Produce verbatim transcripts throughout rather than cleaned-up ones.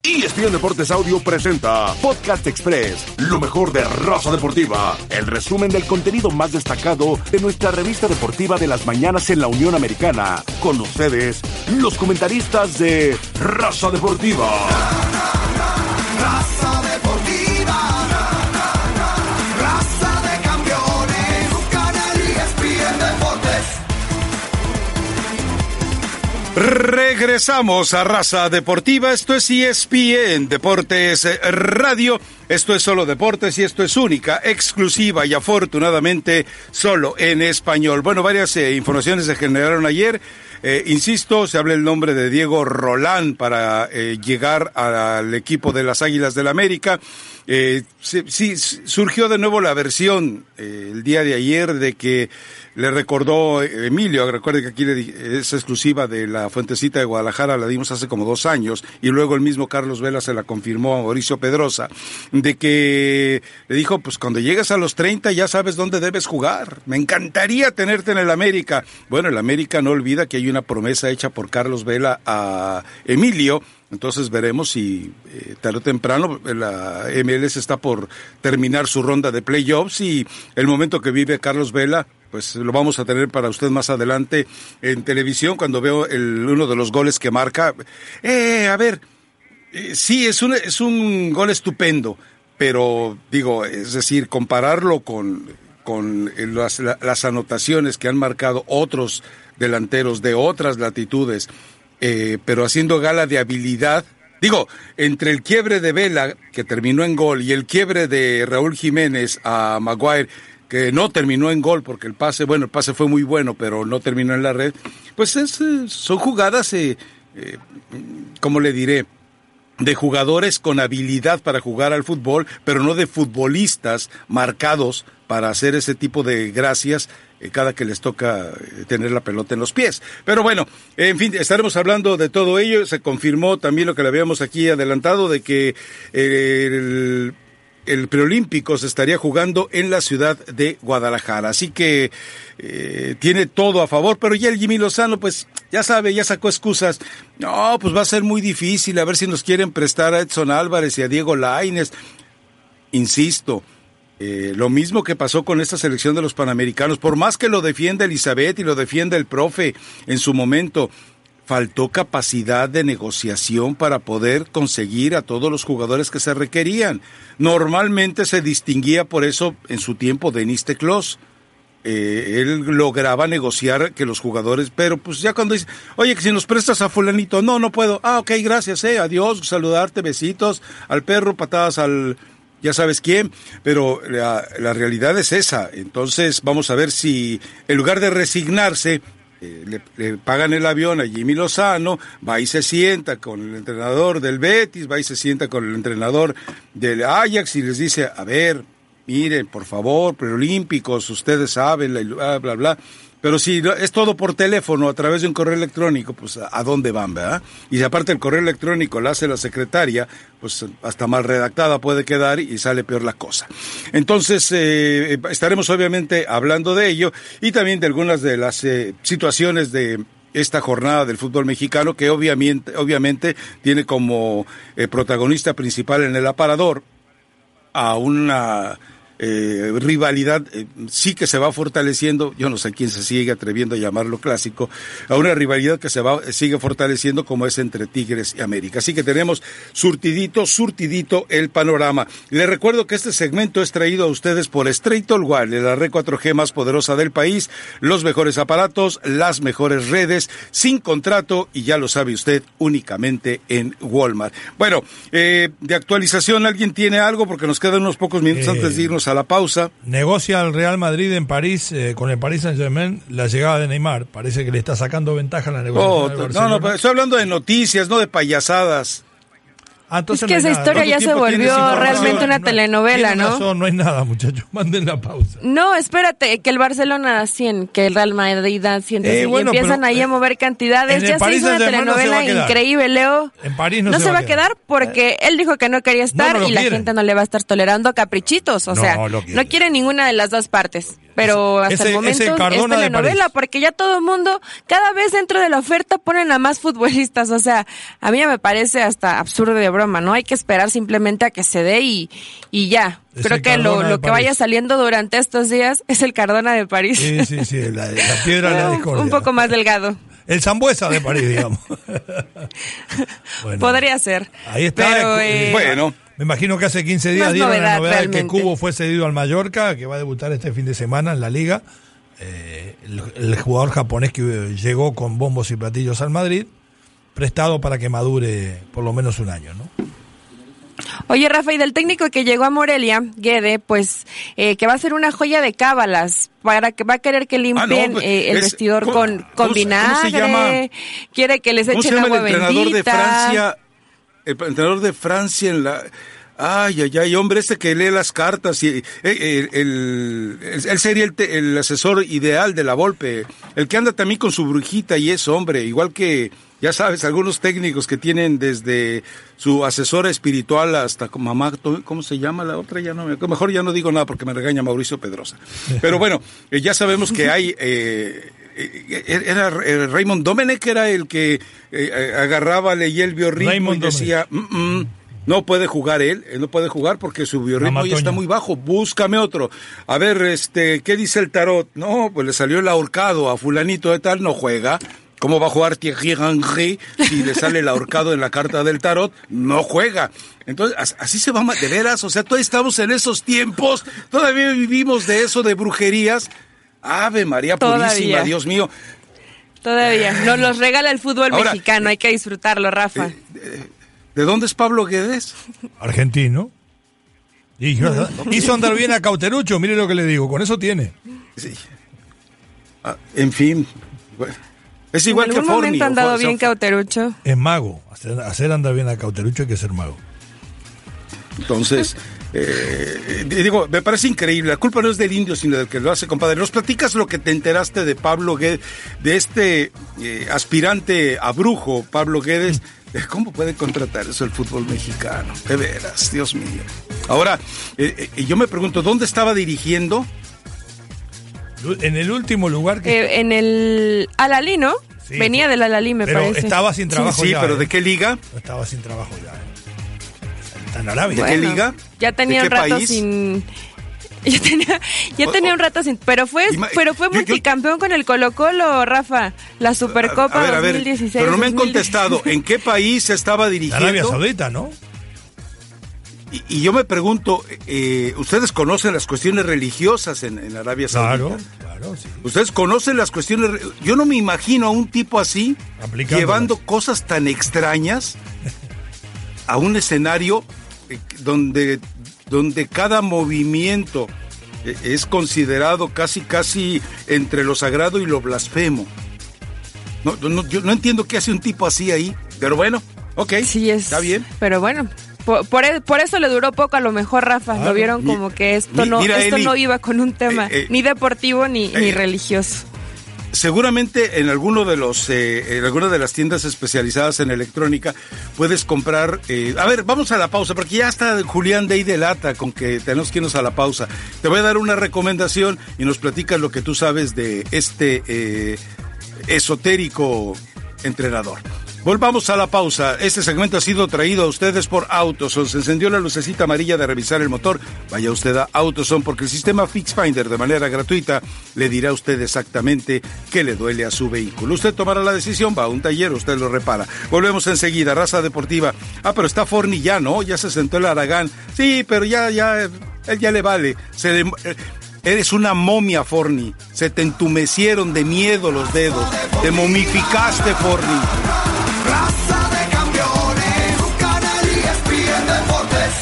E S P N Deportes Audio presenta Podcast Express, lo mejor de Raza Deportiva, el resumen del contenido más destacado de nuestra revista deportiva de las mañanas en la Unión Americana. Con ustedes, los comentaristas de Raza Deportiva. Raza Deportiva, raza de campeones, buscan el E S P N Deportes. Regresamos a Raza Deportiva, esto es E S P N Deportes Radio, esto es solo deportes y esto es única, exclusiva y afortunadamente solo en español. Bueno, varias eh, informaciones se generaron ayer, eh, insisto, se habla el nombre de Diego Rolán para eh, llegar al equipo de las Águilas del América. Eh, sí, sí, surgió de nuevo la versión eh, el día de ayer de que le recordó Emilio, recuerde que aquí le, es exclusiva de la Fuentecita de Guadalajara, la dimos hace como dos años, y luego el mismo Carlos Vela se la confirmó a Mauricio Pedrosa, de que le dijo, pues cuando llegues a los treinta ya sabes dónde debes jugar, me encantaría tenerte en el América. Bueno, el América no olvida que hay una promesa hecha por Carlos Vela a Emilio. Entonces veremos si eh, tarde o temprano la M L S está por terminar su ronda de playoffs y el momento que vive Carlos Vela, pues lo vamos a tener para usted más adelante en televisión cuando veo el, uno de los goles que marca. Eh, a ver, eh, sí, es un, es un gol estupendo, pero digo, es decir, compararlo con, con las, las anotaciones que han marcado otros delanteros de otras latitudes, Eh, pero haciendo gala de habilidad, digo, entre el quiebre de Vela, que terminó en gol, y el quiebre de Raúl Jiménez a Maguire, que no terminó en gol, porque el pase, bueno, el pase fue muy bueno, pero no terminó en la red, pues es, son jugadas, eh, eh, ¿cómo le diré?, de jugadores con habilidad para jugar al fútbol, pero no de futbolistas marcados para hacer ese tipo de gracias eh, cada que les toca eh, tener la pelota en los pies. Pero bueno, en fin, estaremos hablando de todo ello. Se confirmó también lo que le habíamos aquí adelantado, de que eh, el... el preolímpico se estaría jugando en la ciudad de Guadalajara, así que eh, tiene todo a favor, pero ya el Jimmy Lozano, pues ya sabe, ya sacó excusas. No, pues va a ser muy difícil, a ver si nos quieren prestar a Edson Álvarez y a Diego Lainez. Insisto, eh, lo mismo que pasó con esta selección de los Panamericanos, por más que lo defienda Elizabeth y lo defienda el profe en su momento, faltó capacidad de negociación para poder conseguir a todos los jugadores que se requerían. Normalmente se distinguía por eso en su tiempo Denis Teclós. Eh, él lograba negociar que los jugadores, pero pues ya cuando dice, oye, que si nos prestas a fulanito, no, no puedo. Ah, ok, gracias, eh, adiós, saludarte, besitos al perro, patadas al... ya sabes quién, pero la, la realidad es esa. Entonces vamos a ver si en lugar de resignarse, Eh, le, le pagan el avión a Jimmy Lozano, va y se sienta con el entrenador del Betis, va y se sienta con el entrenador del Ajax y les dice, a ver, miren, por favor, preolímpicos, ustedes saben, bla, bla, bla. Pero si es todo por teléfono, a través de un correo electrónico, pues ¿a dónde van, verdad? Y si aparte el correo electrónico lo hace la secretaria, pues hasta mal redactada puede quedar y sale peor la cosa. Entonces, eh, estaremos obviamente hablando de ello y también de algunas de las eh, situaciones de esta jornada del fútbol mexicano, que obviamente, obviamente tiene como eh, protagonista principal en el aparador a una... Eh, rivalidad, eh, sí que se va fortaleciendo, yo no sé quién se sigue atreviendo a llamarlo clásico, a una rivalidad que se va sigue fortaleciendo como es entre Tigres y América. Así que tenemos surtidito, surtidito el panorama. Les recuerdo que este segmento es traído a ustedes por Straight All Wireless, la red cuatro G más poderosa del país, los mejores aparatos, las mejores redes, sin contrato y ya lo sabe usted, únicamente en Walmart. Bueno, eh, de actualización, ¿alguien tiene algo? Porque nos quedan unos pocos minutos eh... antes de irnos a la pausa. Negocia el Real Madrid en París eh, con el Paris Saint-Germain la llegada de Neymar. Parece que le está sacando ventaja a la negociación. Oh, no, no, pero estoy hablando de noticias, no de payasadas. Ah, entonces es que no esa nada. historia ya se volvió realmente una no, telenovela, ¿no? Razón, no hay nada, muchachos. Manden la pausa. No, espérate, que el Barcelona da cien, que el Real Madrid da cien, eh, y bueno, empiezan pero, ahí a mover cantidades. Ya se hizo una telenovela no increíble, Leo. En París no, no se, se va va a quedar porque eh. él dijo que no quería estar no, no y la quieren. gente no le va a estar tolerando caprichitos. O no, sea, lo no quiere ninguna de las dos partes. pero hasta ese, el momento es telenovela, porque ya todo el mundo, cada vez dentro de la oferta ponen a más futbolistas, o sea, a mí me parece hasta absurdo de broma, ¿no? Hay que esperar simplemente a que se dé y, y ya. Es Creo que lo, lo que vaya saliendo durante estos días es el Cardona de París. Sí, sí, sí, la, la piedra de la discordia. Un poco más delgado. El Sambuesa de París, digamos. Bueno, podría ser. Ahí está. Pero, eh, bueno. Me imagino que hace quince días dieron novedad, la novedad realmente. de que Cubo fue cedido al Mallorca, que va a debutar este fin de semana en la Liga. Eh, el, el jugador japonés que llegó con bombos y platillos al Madrid, prestado para que madure por lo menos un año, ¿no? Oye, Rafa, y del técnico que llegó a Morelia, Guede, pues eh, que va a ser una joya de cábalas, para que va a querer que limpien ah, no, eh, el es, vestidor ¿cómo, con, con ¿cómo, vinagre, ¿cómo se llama? Quiere que les echen agua bendita. El entrenador de Francia, el entrenador de Francia en la... Ay, ay, ay, hombre, este que lee las cartas, y eh, el, el, el, él sería el, te, el asesor ideal de la Volpe, el que anda también con su brujita y eso, hombre, igual que, ya sabes, algunos técnicos que tienen desde su asesora espiritual hasta mamá, ¿cómo se llama la otra? Ya no, mejor ya no digo nada porque me regaña Mauricio Pedrosa. Pero bueno, eh, ya sabemos que hay... Eh, era Raymond Domenech, era el que eh, agarraba, leía el biorritmo Raymond y decía... Mm, mm, no puede jugar él, él no puede jugar porque su biorritmo ya está muy bajo, búscame otro. A ver, este, ¿qué dice el tarot? No, pues le salió el ahorcado a fulanito de tal, no juega. ¿Cómo va a jugar Thierry Henry si le sale el ahorcado en la carta del tarot? No juega. Entonces, así se va, de veras, o sea, todavía estamos en esos tiempos, todavía vivimos de eso, de brujerías. Ave María todavía. Purísima, Dios mío. Todavía, nos los regala el fútbol Ahora, mexicano, hay que disfrutarlo, Rafa. Eh, eh, ¿De dónde es Pablo Guedes? Argentino. Y hizo andar bien a Cauterucho, mire lo que le digo, con eso tiene. Sí. Ah, en fin, bueno, es igual que Forni. ¿En algún momento ha andado bien Cauterucho? Es mago, hacer, hacer andar bien a Cauterucho hay que ser mago. Entonces, eh, digo, me parece increíble, la culpa no es del indio, sino del que lo hace, compadre. ¿Nos platicas lo que te enteraste de Pablo Guedes, de este eh, aspirante a brujo, Pablo Guedes? ¿Cómo puede contratar eso el fútbol mexicano? De veras, Dios mío. Ahora, eh, eh, yo me pregunto, ¿dónde estaba dirigiendo? En el último lugar que... Eh, en el Al-Ahly, ¿no? Sí, Venía del Al-Ahly, me pero parece. Pero estaba sin trabajo sí, ya. Sí, pero ¿eh? ¿de qué liga? Estaba sin trabajo ya. ¿eh? Está en Arabia. ¿De bueno, qué liga? Ya tenía un rato país? sin... Ya tenía, ya tenía oh, oh. un rato sin... Pero fue, Ima... pero fue multicampeón yo, yo... con el Colo-Colo, Rafa. La Supercopa a ver, a ver, dos mil dieciséis. Pero no me han contestado. ¿En qué país se estaba dirigiendo? Arabia Saudita, ¿no? Y, y yo me pregunto, eh, ¿ustedes conocen las cuestiones religiosas en, en Arabia Saudita? Claro, claro, sí. ¿Ustedes conocen las cuestiones? Yo no me imagino a un tipo así llevando cosas tan extrañas a un escenario eh, donde... donde cada movimiento es considerado casi casi entre lo sagrado y lo blasfemo. No, no, yo no entiendo qué hace un tipo así ahí, pero bueno, ok, sí es, está bien. Pero bueno, por, por, por eso le duró poco a lo mejor, Rafa, ah, lo vieron como mi, que esto, mi, no, mira, esto Eli, no iba con un tema eh, eh, ni deportivo ni, eh, ni religioso. Seguramente en alguno de los eh, en alguna de las tiendas especializadas en electrónica puedes comprar eh, a ver, vamos a la pausa porque ya está Julián de ahí de lata con que tenemos que irnos a la pausa. Te voy a dar una recomendación y nos platicas lo que tú sabes de este eh, esotérico entrenador. Volvamos a la pausa. Este segmento ha sido traído a ustedes por AutoZone. Se encendió la lucecita amarilla de revisar el motor. Vaya usted a AutoZone porque el sistema FixFinder de manera gratuita le dirá a usted exactamente qué le duele a su vehículo. Usted tomará la decisión, va a un taller, usted lo repara. Volvemos enseguida. Raza Deportiva. Ah, pero está Forni ya, ¿no? Ya se sentó el Aragán. Sí, pero ya, ya, él ya le vale. Se le... Eres una momia, Forni. Se te entumecieron de miedo los dedos. Te momificaste, Forni. Raza de campeones, un canal E S P N Deportes.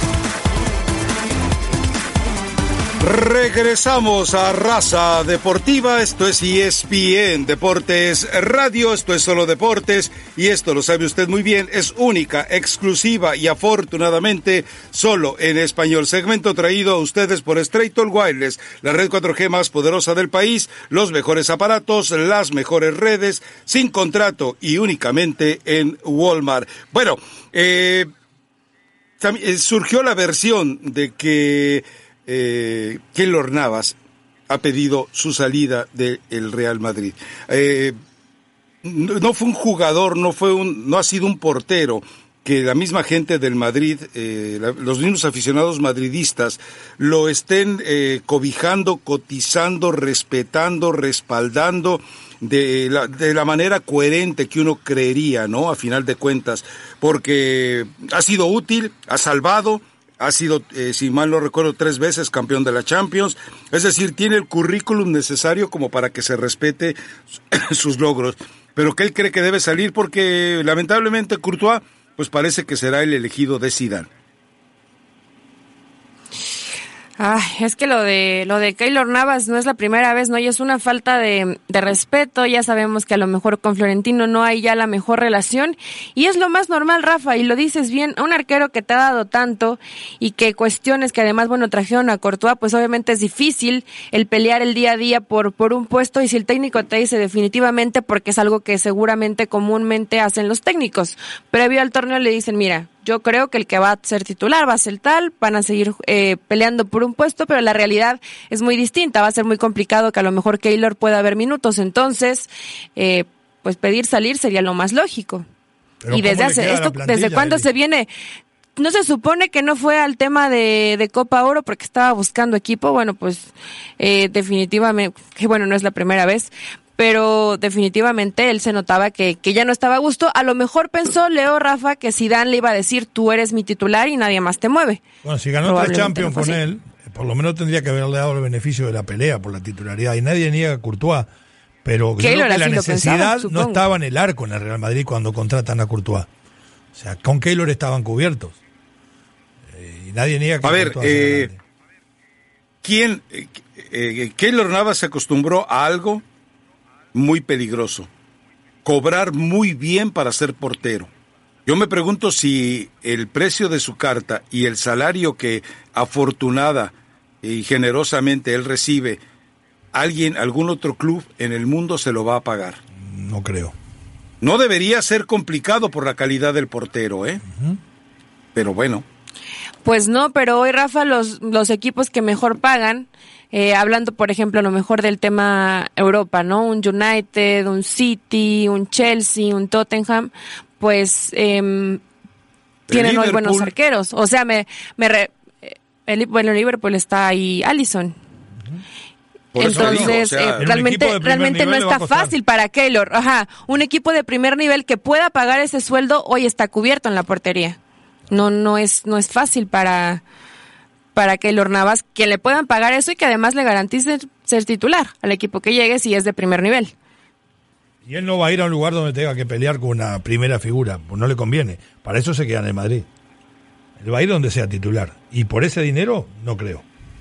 Regresamos a Raza Deportiva, esto es E S P N Deportes Radio, esto es solo deportes y esto lo sabe usted muy bien, es única, exclusiva y afortunadamente solo en español. Segmento traído a ustedes por Straighton Wireless, la red cuatro G más poderosa del país, los mejores aparatos, las mejores redes, sin contrato y únicamente en Walmart. Bueno, eh, surgió la versión de que Eh, Keylor Navas ha pedido su salida del Real Madrid. Eh, no, no fue un jugador, no fue un, no ha sido un portero que la misma gente del Madrid, eh, la, los mismos aficionados madridistas, lo estén eh, cobijando, cotizando, respetando, respaldando de la, de la manera coherente que uno creería, ¿no? A final de cuentas, porque ha sido útil, ha salvado, ha sido, eh, si mal no recuerdo, tres veces campeón de la Champions, es decir, tiene el currículum necesario como para que se respete sus logros, pero que él cree que debe salir porque lamentablemente Courtois pues parece que será el elegido de Zidane. Ay, es que lo de lo de Keylor Navas no es la primera vez, ¿no? Y es una falta de, de respeto. Ya sabemos que a lo mejor con Florentino no hay ya la mejor relación. Y es lo más normal, Rafa, y lo dices bien, un arquero que te ha dado tanto y que cuestiones que además, bueno, trajeron a Courtois, pues obviamente es difícil el pelear el día a día por, por un puesto. Y si el técnico te dice definitivamente, porque es algo que seguramente comúnmente hacen los técnicos, previo al torneo le dicen, mira, yo creo que el que va a ser titular va a ser tal, van a seguir eh, peleando por un puesto, pero la realidad es muy distinta, va a ser muy complicado que a lo mejor Keylor pueda haber minutos, entonces, eh, pues pedir salir sería lo más lógico. Pero y desde hace, esto, ¿desde cuándo se viene? ¿No se supone que no fue al tema de, de Copa Oro porque estaba buscando equipo? Bueno, pues eh, definitivamente, que bueno, no es la primera vez, pero definitivamente él se notaba que, que ya no estaba a gusto. A lo mejor pensó Leo, Rafa, que Zidane le iba a decir, tú eres mi titular y nadie más te mueve. Bueno, si ganó tres Champions no con así. Él, por lo menos tendría que haberle dado el beneficio de la pelea por la titularidad. Y nadie niega a Courtois, pero creo que la necesidad pensaba, no estaba en el arco en el Real Madrid cuando contratan a Courtois. O sea, con Keylor estaban cubiertos. Eh, y nadie niega que a ver, eh, ¿quién? Eh, eh, Keylor Navas se acostumbró a algo muy peligroso, cobrar muy bien para ser portero. Yo me pregunto si el precio de su carta y el salario que afortunada y generosamente él recibe, alguien, algún otro club en el mundo se lo va a pagar. No creo. No debería ser complicado por la calidad del portero, ¿eh? Uh-huh. Pero bueno. Pues no, pero hoy, Rafa, los, los equipos que mejor pagan, eh, hablando, por ejemplo, a lo mejor del tema Europa, ¿no? Un United, un City, un Chelsea, un Tottenham, pues eh, tienen hoy buenos arqueros. O sea, me, me re, el, bueno, Liverpool está ahí, Alisson. Por Entonces, digo, o sea, eh, realmente, realmente no está fácil para Keylor. Ajá, un equipo de primer nivel que pueda pagar ese sueldo hoy está cubierto en la portería. No, no es, no es fácil para, para Keylor Navas, que le puedan pagar eso y que además le garantice ser titular al equipo que llegue si es de primer nivel. Y él no va a ir a un lugar donde tenga que pelear con una primera figura, pues no le conviene. Para eso se queda en el Madrid. Él va a ir donde sea titular. Y por ese dinero, no creo.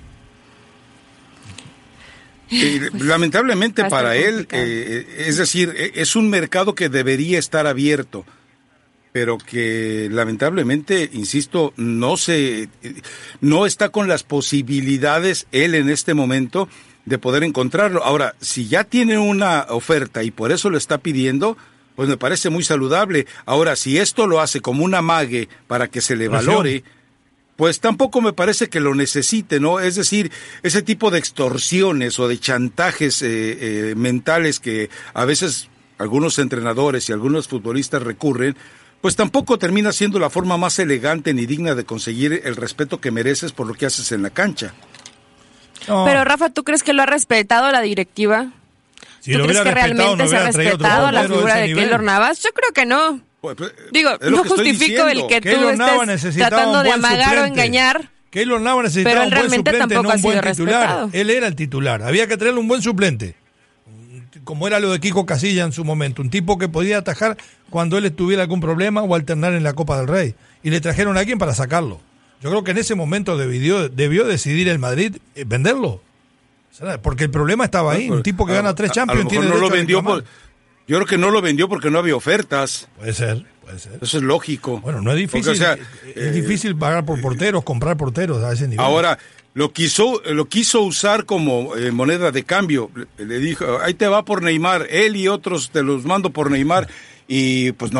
Y, lamentablemente para él, eh, es decir, es un mercado que debería estar abierto, pero que lamentablemente, insisto, no se, no está con las posibilidades él en este momento de poder encontrarlo. Ahora, si ya tiene una oferta y por eso lo está pidiendo, pues me parece muy saludable. Ahora, si esto lo hace como un amague para que se le valore, pues tampoco me parece que lo necesite, ¿no? Es decir, ese tipo de extorsiones o de chantajes eh, eh, mentales que a veces algunos entrenadores y algunos futbolistas recurren, pues tampoco termina siendo la forma más elegante ni digna de conseguir el respeto que mereces por lo que haces en la cancha. No. Pero Rafa, ¿tú crees que lo ha respetado la directiva? Si ¿Tú crees que realmente no se ha respetado la figura de, de Keylor Navas? Yo creo que no. Pues, pues, Digo, no justifico el que Keylor tú estés tratando de amagar suplente. o engañar. Keylor Navas necesitaba un buen suplente, no un buen titular. Respetado. Él era el titular. Había que traerle un buen suplente. Como era lo de Kiko Casilla en su momento. Un tipo que podía atajar cuando él tuviera algún problema o alternar en la Copa del Rey. Y le trajeron a alguien para sacarlo. Yo creo que en ese momento debió, debió decidir el Madrid eh, venderlo. Porque el problema estaba ahí. Un tipo que gana tres Champions tiene no lo vendió por, yo creo que no lo vendió porque no había ofertas. Puede ser, puede ser. Eso es lógico. Bueno, no es difícil. Porque, o sea, es eh, difícil pagar por porteros, comprar porteros a ese nivel. Ahora, lo quiso, lo quiso usar como eh, moneda de cambio. Le, le dijo, ahí te va por Neymar. Él y otros te los mando por Neymar. Y pues no,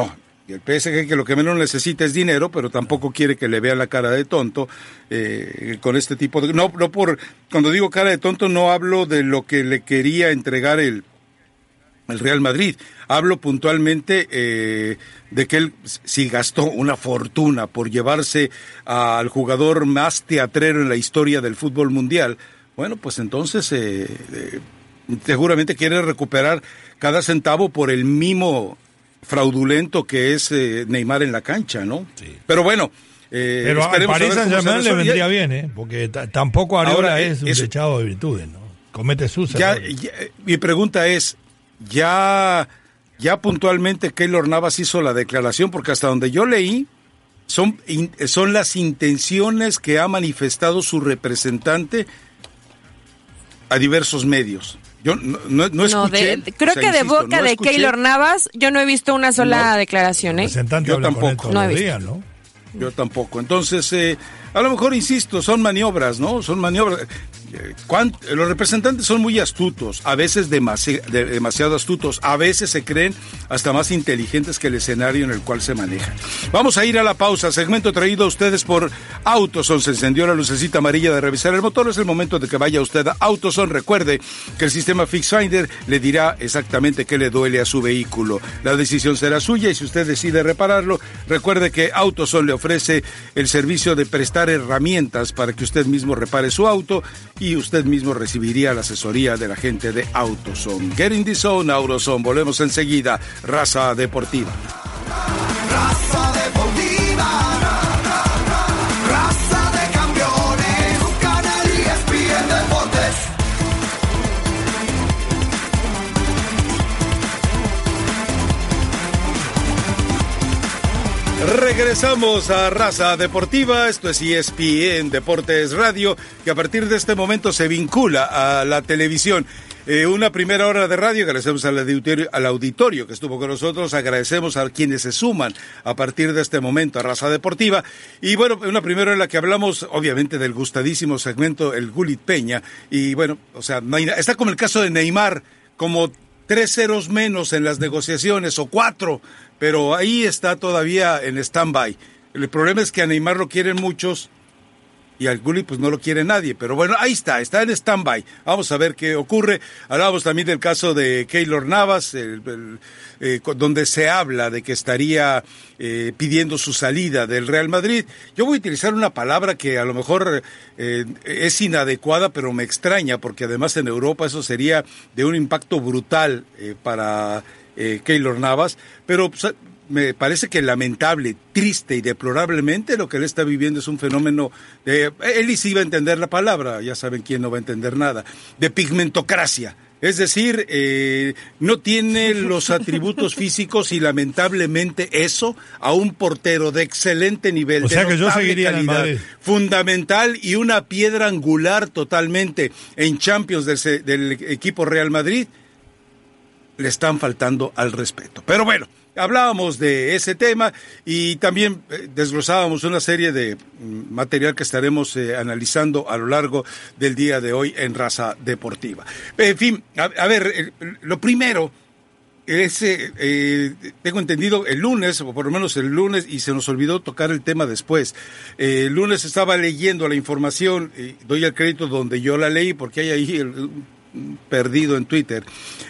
Y el P S G, que lo que menos necesita es dinero, pero tampoco quiere que le vea la cara de tonto eh, con este tipo de... No, no por... Cuando digo cara de tonto no hablo de lo que le quería entregar el, el Real Madrid. Hablo puntualmente eh, de que él si gastó una fortuna por llevarse al jugador más teatrero en la historia del fútbol mundial, bueno, pues entonces eh, eh, seguramente quiere recuperar cada centavo por el mimo fraudulento que es eh, Neymar en la cancha, ¿no? Sí. Pero bueno, eh, pero al Paris Saint-Germain le vendría bien, ¿eh? Porque t- tampoco Areola es un dechado de virtudes, ¿no? Comete sus errores. Ya, ya, mi pregunta es, ya, ya puntualmente Keylor Navas hizo la declaración, porque hasta donde yo leí, son, in, son las intenciones que ha manifestado su representante a diversos medios. Yo no, no, no escuché. No, de, creo o sea, que de insisto, boca no de escuché. Keylor Navas, yo no he visto una sola no, declaración, ¿eh? Yo tampoco. No he visto. Días, ¿no? Yo tampoco. Entonces, eh, a lo mejor, insisto, son maniobras, ¿no? Son maniobras. ¿Cuánt? Los representantes son muy astutos, a veces demasi- de, demasiado astutos, a veces se creen hasta más inteligentes que el escenario en el cual se manejan. Vamos a ir a la pausa, segmento traído a ustedes por AutoZone. Se encendió la lucecita amarilla de revisar el motor, es el momento de que vaya usted a AutoZone. Recuerde que el sistema FixFinder le dirá exactamente qué le duele a su vehículo. La decisión será suya y si usted decide repararlo, recuerde que AutoZone le ofrece el servicio de prestar herramientas para que usted mismo repare su auto y usted mismo recibiría la asesoría de la gente de AutoZone. Get in the zone, AutoZone. Volvemos enseguida. Raza Deportiva. Raza Deportiva. Raza de campeones. Un canal E S P N Deportes. Regresamos a Raza Deportiva, esto es E S P N Deportes Radio, que a partir de este momento se vincula a la televisión. Eh, una primera hora de radio, agradecemos al auditorio, al auditorio que estuvo con nosotros, agradecemos a quienes se suman a partir de este momento a Raza Deportiva, y bueno, una primera hora en la que hablamos obviamente del gustadísimo segmento El Gulit Peña, y bueno, o sea, no hay, está como el caso de Neymar, como tres ceros menos en las negociaciones, o cuatro, pero ahí está todavía en stand-by. El problema es que a Neymar lo quieren muchos y al Gullit pues no lo quiere nadie, pero bueno, ahí está, está en stand-by. Vamos a ver qué ocurre. Hablamos también del caso de Keylor Navas, el, el, eh, donde se habla de que estaría eh, pidiendo su salida del Real Madrid. Yo voy a utilizar una palabra que a lo mejor eh, es inadecuada, pero me extraña, porque además en Europa eso sería de un impacto brutal eh, para eh, Keylor Navas, pero pues, me parece que lamentable, triste y deplorablemente lo que él está viviendo es un fenómeno de, él sí iba a entender la palabra, ya saben quién no va a entender nada, de pigmentocracia. Es decir, eh, no tiene los atributos físicos y lamentablemente eso a un portero de excelente nivel, o de sea que yo seguiría en el Madrid, fundamental y una piedra angular totalmente en Champions del, del equipo Real Madrid, le están faltando al respeto. Pero bueno, hablábamos de ese tema y también eh, desglosábamos una serie de mm, material que estaremos eh, analizando a lo largo del día de hoy en Raza Deportiva. En fin, a, a ver, eh, lo primero es, eh, eh, tengo entendido, el lunes, o por lo menos el lunes, y se nos olvidó tocar el tema después. Eh, el lunes estaba leyendo la información, eh, doy el crédito donde yo la leí, porque hay ahí el, perdido en Twitter,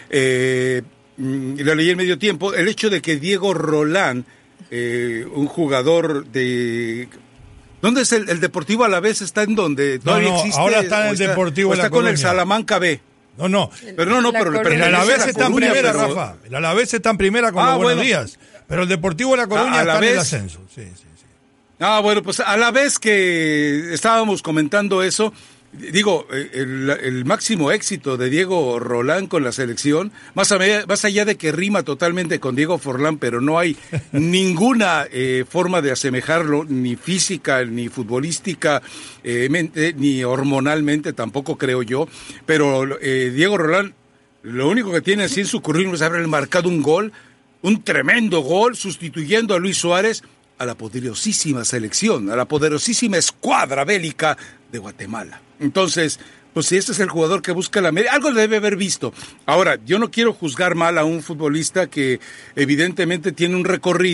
eh, y la leí en medio tiempo, el hecho de que Diego Rolán, eh, un jugador de... ¿Dónde es el, el Deportivo Alavés? ¿Está en dónde? No, no, existe, ahora está en el está, Deportivo está La con Coruña. El Salamanca B. No, no. Pero no, no, pero, pero el Alavés está en primera, pero... Rafa. El Alavés está en primera con ah, los buenos bueno. días. Pero el Deportivo de La Coruña está en el ascenso. Sí, sí, sí. Ah, bueno, pues a la vez que estábamos comentando eso, digo, el, el máximo éxito de Diego Rolán con la selección, más allá, más allá de que rima totalmente con Diego Forlán, pero no hay ninguna eh, forma de asemejarlo, ni física, ni futbolística, eh, mente, ni hormonalmente, tampoco creo yo, pero eh, Diego Rolán, lo único que tiene así en su currículum es haber marcado un gol, un tremendo gol, sustituyendo a Luis Suárez, a la poderosísima selección, a la poderosísima escuadra bélica de Guatemala. Entonces, pues si este es el jugador que busca la media, algo le debe haber visto. Ahora, yo no quiero juzgar mal a un futbolista que evidentemente tiene un recorrido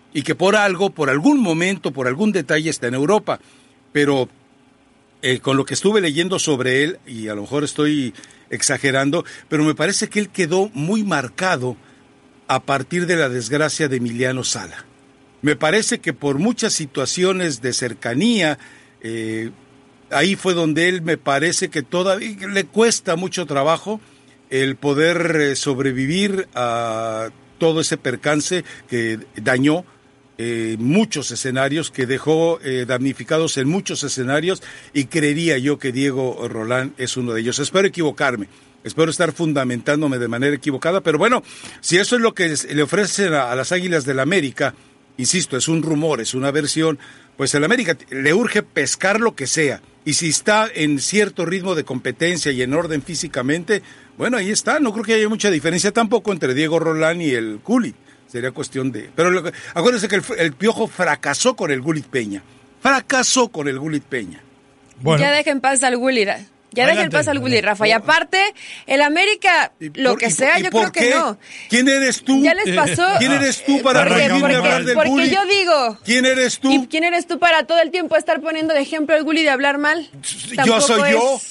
y que por algo, por algún momento, por algún detalle está en Europa. Pero eh, con lo que estuve leyendo sobre él, y a lo mejor estoy exagerando, pero me parece que él quedó muy marcado a partir de la desgracia de Emiliano Sala. Me parece que por muchas situaciones de cercanía, eh, ahí fue donde él me parece que todavía le cuesta mucho trabajo el poder eh, sobrevivir a todo ese percance que dañó eh, muchos escenarios, que dejó eh, damnificados en muchos escenarios, y creería yo que Diego Roldán es uno de ellos. Espero equivocarme, espero estar fundamentándome de manera equivocada, pero bueno, si eso es lo que le ofrecen a, a las Águilas del América, insisto, es un rumor, es una versión, pues el América le urge pescar lo que sea, y si está en cierto ritmo de competencia y en orden físicamente, bueno, ahí está, no creo que haya mucha diferencia tampoco entre Diego Roldán y el Gullit, sería cuestión de... Pero lo que, acuérdense que el, el Piojo fracasó con el Gullit Peña, fracasó con el Gullit Peña. Bueno. Ya dejen paz al Gullit, ya dejen en paz al Gullit, Rafa, y aparte, el América, lo que sea, yo creo que no. ¿Quién eres tú? Ya les pasó. ¿Quién eres tú para prohibirme hablar del Porque Gullit? yo digo... ¿Quién eres tú? ¿Y quién eres tú para todo el tiempo estar poniendo de ejemplo al Gullit de hablar mal? Yo soy es... yo.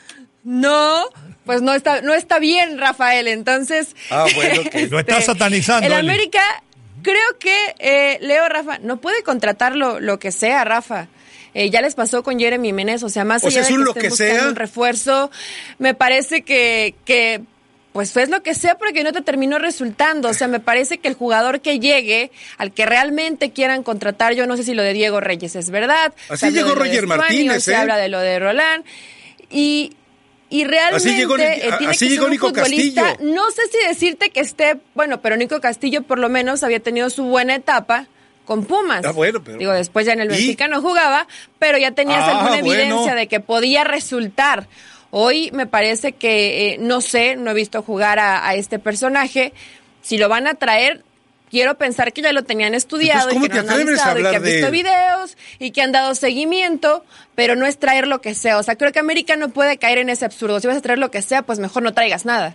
No, pues no está, no está bien, Rafael, entonces... Ah, bueno, que lo está satanizando. El América, creo que, eh, Leo, Rafa, no puede contratar lo, lo que sea, Rafa. Eh, ya les pasó con Jeremy Menez, o sea, más o allá sea, de que lo estén que buscando sea. un refuerzo, me parece que, que pues es lo que sea porque no te terminó resultando. O sea, me parece que el jugador que llegue, al que realmente quieran contratar, yo no sé si lo de Diego Reyes es verdad. Así llegó Roger Martínez, ¿eh? Se habla de lo de Roland y... Y realmente así llegó, eh, tiene así que llegó ser un Nico futbolista, Castillo. no sé si decirte que esté, bueno, pero Nico Castillo por lo menos había tenido su buena etapa con Pumas. Ah, bueno, pero... Digo, después ya en el ¿Y? Benfica no jugaba, pero ya tenías Ah, alguna bueno. evidencia de que podía resultar. Hoy me parece que, eh, no sé, no he visto jugar a, a este personaje. Si lo van a traer, quiero pensar que ya lo tenían estudiado y que no han analizado y que han visto videos y que han dado seguimiento, pero no es traer lo que sea. O sea, creo que América no puede caer en ese absurdo. Si vas a traer lo que sea, pues mejor no traigas nada.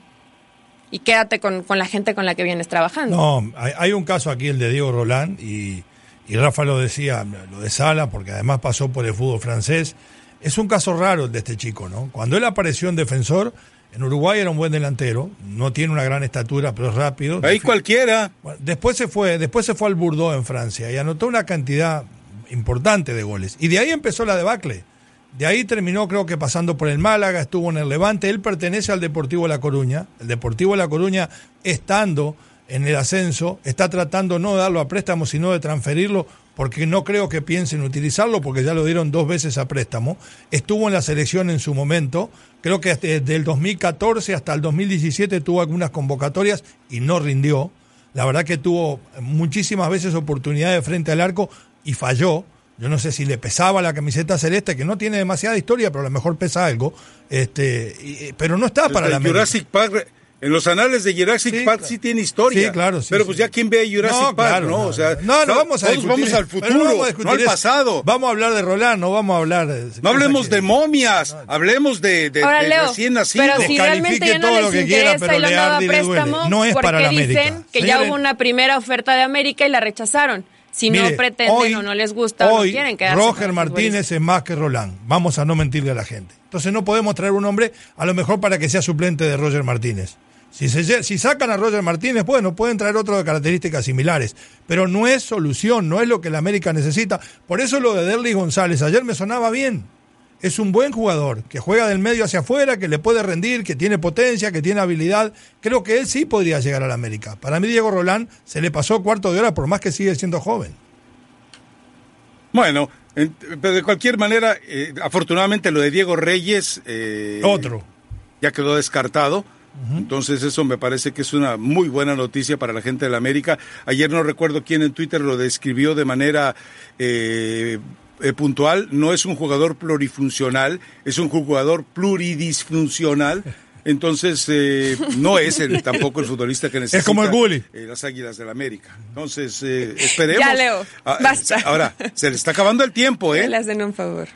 Y quédate con, con la gente con la que vienes trabajando. No, hay, hay un caso aquí, el de Diego Roldán, y, y Rafa lo decía, lo de Sala, porque además pasó por el fútbol francés. Es un caso raro el de este chico, ¿no? Cuando él apareció en Defensor, en Uruguay era un buen delantero, no tiene una gran estatura, pero es rápido. Ahí cualquiera. Bueno, después se fue, después se fue al Bordeaux en Francia y anotó una cantidad importante de goles. Y de ahí empezó la debacle. De ahí terminó, creo que pasando por el Málaga, estuvo en el Levante. Él pertenece al Deportivo La Coruña. El Deportivo La Coruña, estando en el ascenso, está tratando no de darlo a préstamo, sino de transferirlo, porque no creo que piensen utilizarlo, porque ya lo dieron dos veces a préstamo. Estuvo en la selección en su momento, creo que desde el dos mil catorce hasta el dos mil diecisiete tuvo algunas convocatorias y no rindió. La verdad que tuvo muchísimas veces oportunidades frente al arco y falló. Yo no sé si le pesaba la camiseta celeste, que no tiene demasiada historia, pero a lo mejor pesa algo. Este, y, pero no está Desde para la América. Jurassic Park, en los anales de Jurassic Sí, Park claro. sí tiene historia. Sí, claro, sí, pero sí. pues ya quien ve a Jurassic No, Park, claro, ¿no? no, O sea, no, no vamos a todos discutir, vamos al pero futuro, no, vamos a no discutir al eso. pasado. Vamos a hablar de Roland, no vamos a hablar de... No hablemos de momias, hablemos de, de, Ahora, de Leo, recién nacidos. pero si realmente Califique ya no todo les lo que quiera, interesa pero y lo han le dado a arde y le duele. préstamo, No es porque para la América. dicen que Señores, ya hubo una primera oferta de América y la rechazaron. Si mire, no pretenden hoy, o no les gusta o no hoy, quieren quedarse Roger con Martínez es más que Roland. Vamos a no mentirle a la gente. Entonces no podemos traer un hombre a lo mejor para que sea suplente de Roger Martínez. Si, se, si sacan a Roger Martínez, bueno, pueden traer otro de características similares, pero no es solución, no es lo que la América necesita. Por eso lo de Derlis González ayer me sonaba bien. Es un buen jugador, que juega del medio hacia afuera, que le puede rendir, que tiene potencia, que tiene habilidad. Creo que él sí podría llegar a la América. Para mí Diego Roland se le pasó cuarto de hora, por más que sigue siendo joven. Bueno, en, pero de cualquier manera, eh, afortunadamente lo de Diego Reyes... Eh, Otro. Ya quedó descartado. Entonces eso me parece que es una muy buena noticia para la gente de la América. Ayer no recuerdo quién en Twitter lo describió de manera eh, eh, puntual. No es un jugador plurifuncional, es un jugador pluridisfuncional. Entonces eh, no es el, tampoco el futbolista que necesita Es como el Gullit. eh, las Águilas del la América. Entonces eh, esperemos. Ya, Leo, Ah, basta. Ahora, se le está acabando el tiempo, ¿eh? Le hacen un favor.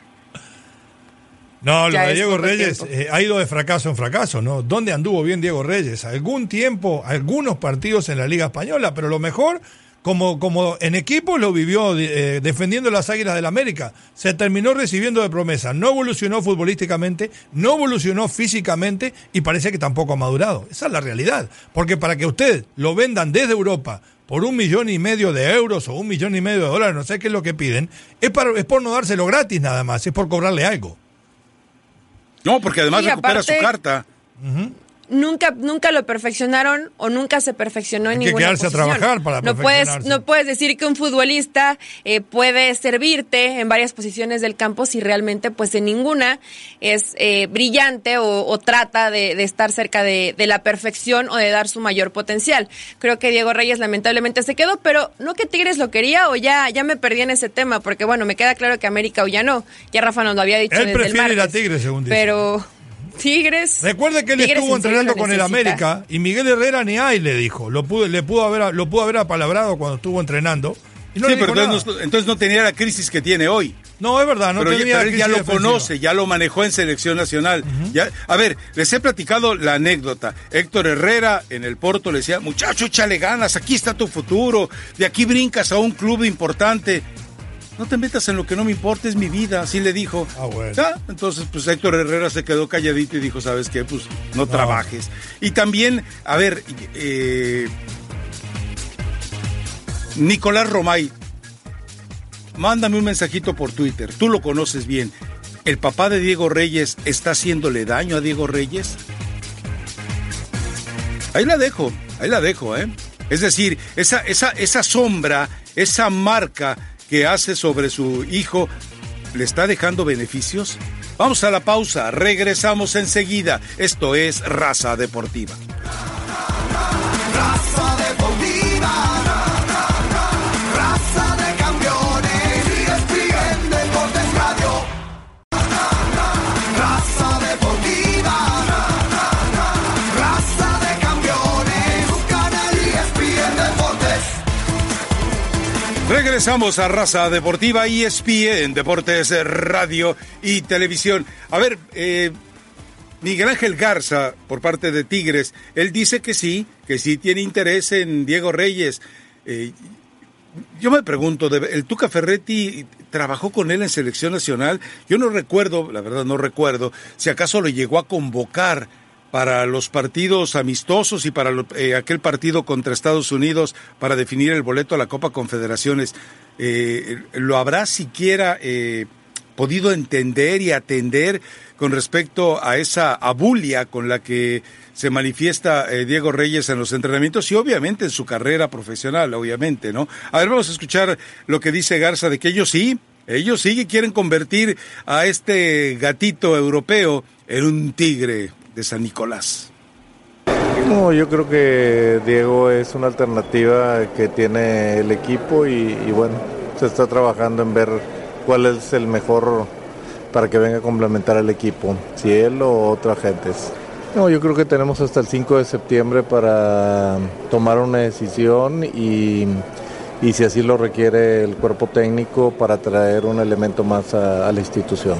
No, lo Ya de es Diego poco Reyes eh, ha ido de fracaso en fracaso, ¿no? ¿Dónde anduvo bien Diego Reyes? Algún tiempo, algunos partidos en la Liga Española, pero lo mejor Como, como en equipo lo vivió eh, defendiendo las Águilas del América. Se terminó recibiendo de promesa. No evolucionó futbolísticamente, no evolucionó físicamente y parece que tampoco ha madurado. Esa es la realidad. Porque para que usted lo vendan desde Europa por un millón y medio de euros o un millón y medio de dólares, no sé qué es lo que piden, es, para, es por no dárselo gratis nada más, es por cobrarle algo. No, porque además recupera aparte, su carta. Uh-huh. Nunca, nunca lo perfeccionaron o nunca se perfeccionó en Hay ninguna que quedarse posición. a trabajar para no puedes, no puedes decir que un futbolista eh, puede servirte en varias posiciones del campo si realmente pues en ninguna es eh, brillante o, o trata de, de estar cerca de, de la perfección o de dar su mayor potencial. Creo que Diego Reyes lamentablemente se quedó, pero no que Tigres lo quería o ya, ya me perdí en ese tema, porque bueno, me queda claro que América o ya no. Ya Rafa nos lo había dicho Él desde el martes. Él prefiere ir a Tigres, según dice. Pero... Tigres. Recuerde que él Tigres estuvo entrenando con el América y Miguel Herrera ni ay le dijo. Lo pudo, le pudo haber, lo pudo haber apalabrado cuando estuvo entrenando. Y no sí, le dijo pero nada. entonces no, entonces no tenía la crisis que tiene hoy. No, es verdad, no pero tenía ya, pero él ya lo defensiva. conoce, ya lo manejó en selección nacional. Uh-huh. Ya, a ver, les he platicado la anécdota. Héctor Herrera en el Porto le decía, muchacho, échale ganas, aquí está tu futuro, de aquí brincas a un club importante. No te metas en lo que no me importa, es mi vida, así le dijo. Ah, bueno. ¿Ah? Entonces, pues Héctor Herrera se quedó calladito y dijo, ¿sabes qué? Pues no, no. trabajes. Y también, a ver, eh, Nicolás Romay, mándame un mensajito por Twitter, tú lo conoces bien. ¿El papá de Diego Reyes está haciéndole daño a Diego Reyes? Ahí la dejo, ahí la dejo, ¿eh? Es decir, esa, esa, esa sombra, esa marca que hace sobre su hijo, ¿le está dejando beneficios? Vamos a la pausa, regresamos enseguida. Esto es Raza Deportiva. Raza Deportiva, raza de campeones, E S P N Deportes Radio. Raza Deportiva, raza de campeones, un canal E S P N Deportes. Regresamos a Raza Deportiva, E S P N Deportes, Radio y Televisión. A ver, eh, Miguel Ángel Garza, por parte de Tigres, él dice que sí, que sí tiene interés en Diego Reyes. Eh, yo me pregunto, ¿el Tuca Ferretti trabajó con él en Selección Nacional? Yo no recuerdo, la verdad no recuerdo, si acaso lo llegó a convocar para los partidos amistosos y para lo, eh, aquel partido contra Estados Unidos para definir el boleto a la Copa Confederaciones. Eh, ¿Lo habrá siquiera eh, podido entender y atender con respecto a esa abulia con la que se manifiesta eh, Diego Reyes en los entrenamientos y obviamente en su carrera profesional, obviamente, ¿no? A ver, vamos a escuchar lo que dice Garza de que ellos sí, ellos sí que quieren convertir a este gatito europeo en un tigre de San Nicolás. No, yo creo que Diego es una alternativa que tiene el equipo y, y bueno, se está trabajando en ver cuál es el mejor para que venga a complementar al equipo, si él o otra gente. No, yo creo que tenemos hasta el cinco de septiembre para tomar una decisión y, y si así lo requiere el cuerpo técnico para traer un elemento más a, a la institución.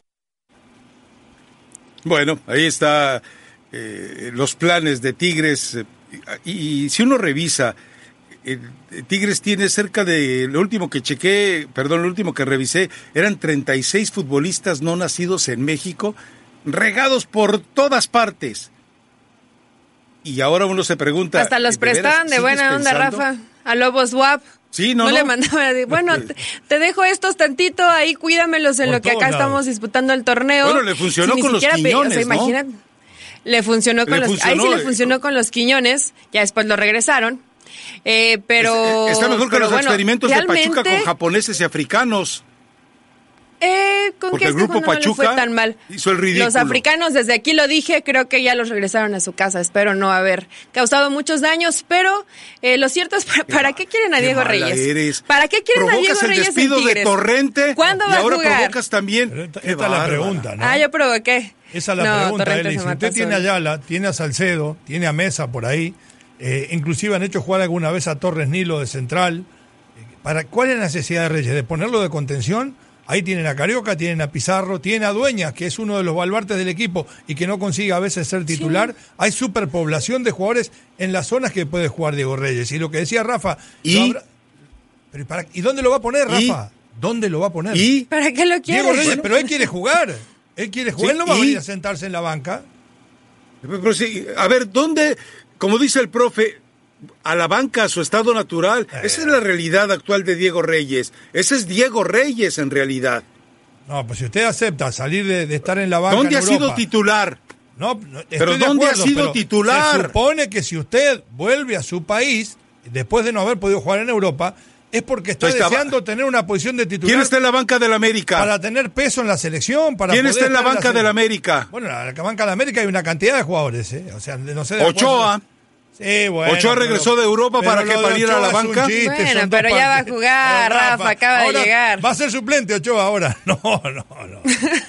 Bueno, ahí está eh, los planes de Tigres eh, y, y si uno revisa, eh, Tigres tiene cerca de, lo último que chequé, perdón, lo último que revisé, eran treinta y seis futbolistas no nacidos en México, regados por todas partes. Y ahora uno se pregunta... Hasta los prestaban de buena onda, pensando? Rafa, a Lobos W A P. Sí, no, no, no le mandaban a decir, bueno, te, te dejo estos tantito, ahí cuídamelos en por lo que acá lados. Estamos disputando el torneo. Bueno, le funcionó con los Quiñones, o sea, imagina, ¿no? Le funcionó con le los... Funcionó, ahí sí le funcionó con los Quiñones, ya después lo regresaron. Eh, pero... Está mejor que pero los bueno, experimentos realmente, de Pachuca con japoneses y africanos. Eh, con Porque que el grupo no Pachuca le fue tan mal. Hizo el ridículo. Los africanos, desde aquí lo dije, creo que ya los regresaron a su casa. Espero no haber causado muchos daños, pero eh, lo cierto es, ¿para, ¿para qué quieren a qué Diego Reyes? Eres. ¿Para qué quieren provocas a Diego Reyes en Tigres? Provocas el despido de Torrente. ¿Cuándo va y ahora a jugar? provocas también. Pero esta, esta es la pregunta, ¿no? Ah, yo provoqué. Esa es la no, pregunta, Eli. Si usted solo. tiene a Ayala, tiene a Salcedo, tiene a Mesa por ahí, eh, inclusive han hecho jugar alguna vez a Torres Nilo de central. ¿Para cuál es la necesidad de Reyes? ¿De ponerlo de contención? Ahí tienen a Carioca, tienen a Pizarro, tienen a Dueñas, que es uno de los baluartes del equipo y que no consigue a veces ser titular. Sí. Hay superpoblación de jugadores en las zonas que puede jugar Diego Reyes. Y lo que decía Rafa... ¿Y? Habrá... Pero ¿para, ¿Y dónde lo va a poner, Rafa? ¿Y? ¿Dónde lo va a poner? ¿Y? ¿Para qué lo quiere? Diego Reyes, bueno, pero él quiere jugar. Él quiere jugar, sí, él no va ¿y? a venir a sentarse en la banca. Pero sí, a ver, ¿dónde, como dice el profe, a la banca, a su estado natural? Eh. Esa es la realidad actual de Diego Reyes. Ese es Diego Reyes en realidad. No, pues si usted acepta salir de, de estar en la banca ¿Dónde en ha Europa, sido titular? No, no pero ¿dónde acuerdo, ha sido titular? Se supone que si usted vuelve a su país, después de no haber podido jugar en Europa, es porque está Entonces, deseando estaba... tener una posición de titular. ¿Quién está en la banca del América? Para tener peso en la selección. Para ¿Quién poder está en la banca en la del América? Bueno, en la banca del América hay una cantidad de jugadores, ¿eh? O sea, no sé de Ochoa. Sí, bueno, Ochoa regresó pero, de Europa para que valiera a la banca. Chiste, bueno, pero ya va a jugar, Rafa, Rafa acaba ahora de llegar. Va a ser suplente Ochoa ahora. No, no, no.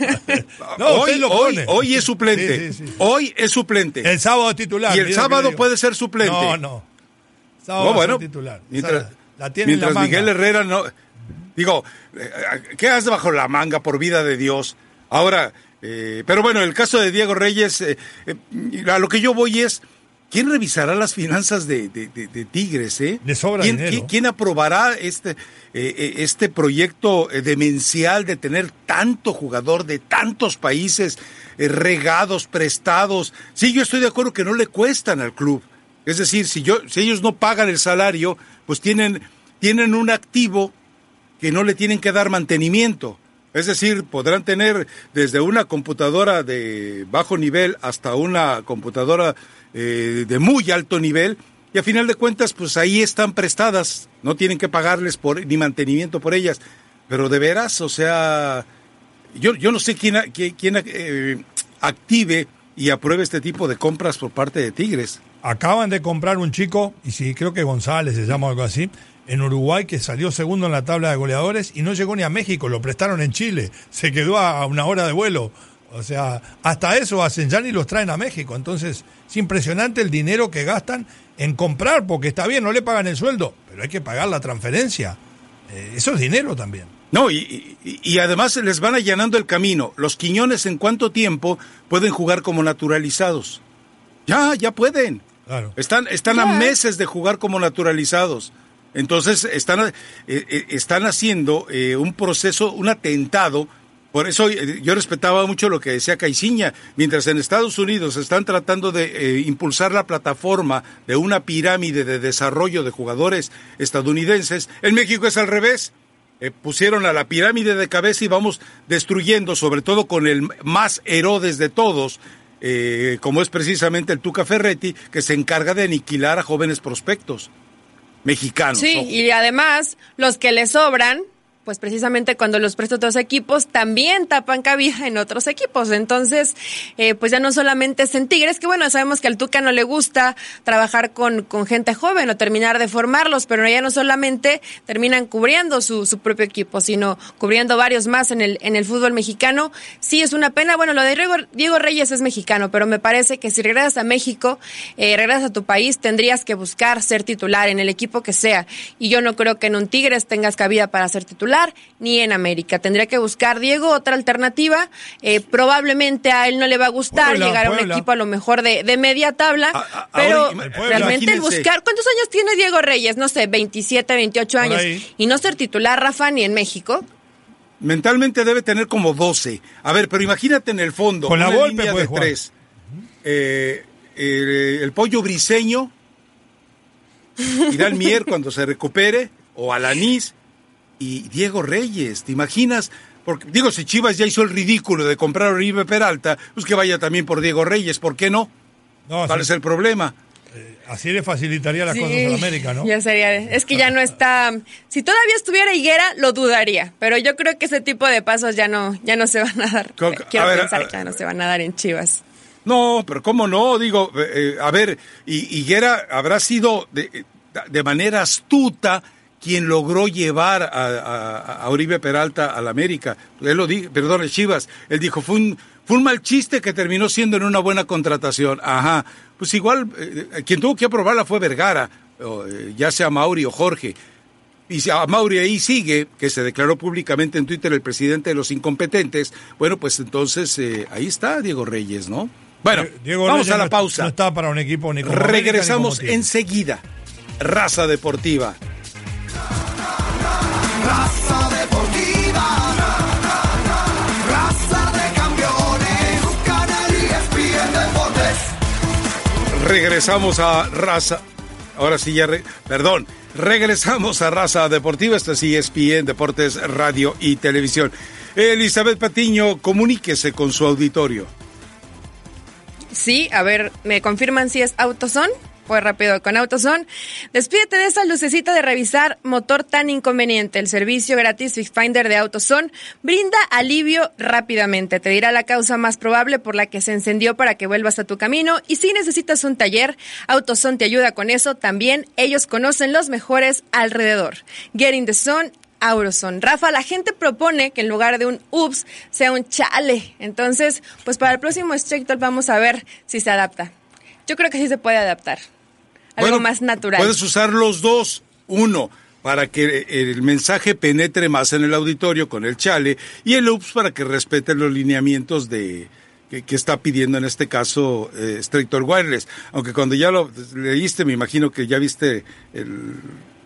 no hoy, lo hoy, hoy es suplente. Sí, sí, sí. Hoy es suplente. El sábado titular. Y el sábado puede ser suplente. No, no. Sábado no, bueno, titular. Mientras, o sea, la tiene mientras en la Miguel Herrera no... Digo, ¿qué haces bajo la manga, por vida de Dios? Ahora, eh, pero bueno, el caso de Diego Reyes, eh, eh, a lo que yo voy es... ¿Quién revisará las finanzas de, de, de, de Tigres? Eh? Le sobra ¿Quién, dinero. ¿quién, ¿Quién aprobará este, eh, este proyecto demencial de tener tanto jugador de tantos países eh, regados, prestados? Sí, yo estoy de acuerdo que no le cuestan al club. Es decir, si, yo, si ellos no pagan el salario, pues tienen, tienen un activo que no le tienen que dar mantenimiento. Es decir, podrán tener desde una computadora de bajo nivel hasta una computadora eh, de muy alto nivel, y a final de cuentas, pues ahí están prestadas, no tienen que pagarles por ni mantenimiento por ellas. Pero de veras, o sea, yo, yo no sé quién, quién, quién eh, active y apruebe este tipo de compras por parte de Tigres. Acaban de comprar un chico, y sí, creo que González se llama algo así, en Uruguay, que salió segundo en la tabla de goleadores y no llegó ni a México, lo prestaron en Chile, se quedó a una hora de vuelo. O sea, hasta eso hacen, ya ni los traen a México. Entonces, es impresionante el dinero que gastan en comprar, porque está bien, no le pagan el sueldo, pero hay que pagar la transferencia. Eh, eso es dinero también. No, y, y, y además les van allanando el camino. Los Quiñones, ¿en cuánto tiempo pueden jugar como naturalizados? Ya, ya pueden. Claro. Están, están a meses de jugar como naturalizados. Entonces están, eh, eh, están haciendo eh, un proceso, un atentado. Por eso eh, yo respetaba mucho lo que decía Caiciña. Mientras en Estados Unidos están tratando de eh, impulsar la plataforma de una pirámide de desarrollo de jugadores estadounidenses, en México es al revés. Eh, pusieron a la pirámide de cabeza y vamos destruyendo, sobre todo con el más Herodes de todos, eh, como es precisamente el Tuca Ferretti, que se encarga de aniquilar a jóvenes prospectos mexicanos. Sí, ojo. Y además, los que le sobran, pues precisamente cuando los presta otros equipos, también tapan cabida en otros equipos. Entonces, eh, pues ya no solamente es en Tigres, que bueno, sabemos que al Tuca no le gusta trabajar con, con gente joven o terminar de formarlos, pero ya no solamente terminan cubriendo su, su propio equipo, sino cubriendo varios más en el, en el fútbol mexicano. Sí, es una pena. Bueno, lo de Diego, Diego Reyes es mexicano, pero me parece que si regresas a México, eh, regresas a tu país, tendrías que buscar ser titular en el equipo que sea. Y yo no creo que en un Tigres tengas cabida para ser titular, ni en América. Tendría que buscar, Diego, otra alternativa. Eh, probablemente a él no le va a gustar Puebla, llegar Puebla. a un equipo a lo mejor de, de media tabla, a, a, pero ahora, el realmente el buscar... ¿Cuántos años tiene Diego Reyes? No sé, veintisiete, veintiocho años. Y no ser titular, Rafa, ni en México. Mentalmente debe tener como doce. A ver, pero imagínate en el fondo, con la una golpe línea de jugar. tres. Eh, el, el Pollo Briseño, Irán Mier cuando se recupere, o Alanís, y Diego Reyes, ¿te imaginas? Porque digo, si Chivas ya hizo el ridículo de comprar a Oribe Peralta, pues que vaya también por Diego Reyes, ¿por qué no? no ¿Cuál sí. es el problema? Eh, así le facilitaría las sí, cosas a América, ¿no? Ya sería, es que ya no está, si todavía estuviera Higuera, lo dudaría, pero yo creo que ese tipo de pasos ya no, ya no se van a dar. Co- Quiero a ver, pensar a, que ya no se van a dar en Chivas. No, pero ¿cómo no? Digo, eh, a ver, Higuera habrá sido de, de manera astuta quien logró llevar a, a, a Oribe Peralta al América. Él lo dijo, perdón, Chivas, él dijo, fue un, fue un mal chiste que terminó siendo en una buena contratación. Ajá, pues igual, eh, quien tuvo que aprobarla fue Vergara, o, eh, ya sea Mauri o Jorge. Y si a Mauri ahí sigue, que se declaró públicamente en Twitter el presidente de los incompetentes, bueno, pues entonces eh, ahí está Diego Reyes, ¿no? Bueno, Diego vamos Reyes a la no, pausa. No está para un equipo ni como Regresamos América, ni como enseguida. Raza Deportiva. regresamos a Raza. Ahora sí, ya, re... perdón. Regresamos a Raza Deportiva. Esto es E S P N, Deportes, Radio y Televisión. Elizabeth Patiño, comuníquese con su auditorio. Sí, a ver, ¿me confirman si es AutoZone? Pues rápido, con AutoZone. Despídete de esa lucecita de revisar motor tan inconveniente. El servicio gratis Fix Finder de AutoZone brinda alivio rápidamente. Te dirá la causa más probable por la que se encendió para que vuelvas a tu camino. Y si necesitas un taller, AutoZone te ayuda con eso. También ellos conocen los mejores alrededor. Get in the zone. AutoZone. Rafa, la gente propone que en lugar de un ups sea un chale. Entonces, pues para el próximo Straight Talk vamos a ver si se adapta. Yo creo que sí se puede adaptar. Algo bueno, más natural. Puedes usar los dos. Uno, para que el mensaje penetre más en el auditorio con el chale, y el ups para que respete los lineamientos de que, que está pidiendo en este caso eh, Straight Talk Wireless. Aunque cuando ya lo leíste, me imagino que ya viste el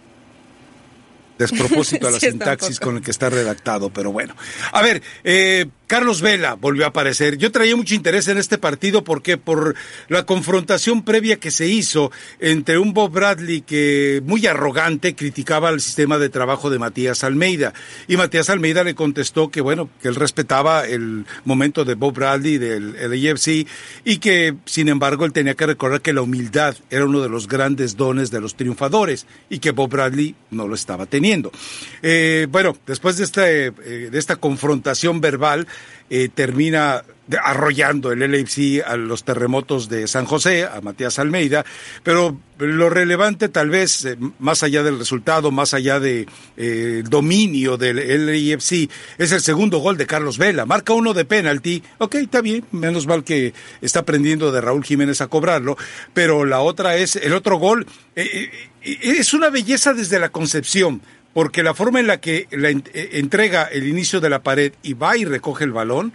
despropósito a la sí, sintaxis con el que está redactado, pero bueno. A ver, eh, Carlos Vela volvió a aparecer. Yo traía mucho interés en este partido porque por la confrontación previa que se hizo entre un Bob Bradley que muy arrogante criticaba el sistema de trabajo de Matías Almeida, y Matías Almeida le contestó que bueno, que él respetaba el momento de Bob Bradley del L A F C y que sin embargo él tenía que recordar que la humildad era uno de los grandes dones de los triunfadores y que Bob Bradley no lo estaba teniendo. Eh, bueno, después de esta, eh, de esta confrontación verbal, Eh, termina arrollando el L A F C a los Terremotos de San José, a Matías Almeida, pero lo relevante tal vez, eh, más allá del resultado, más allá del de, eh, dominio del L A F C, es el segundo gol de Carlos Vela. Marca uno de penalti, ok, está bien, menos mal que está aprendiendo de Raúl Jiménez a cobrarlo, pero la otra es, el otro gol, eh, eh, es una belleza desde la concepción, porque la forma en la que la en, eh, entrega el inicio de la pared y va y recoge el balón,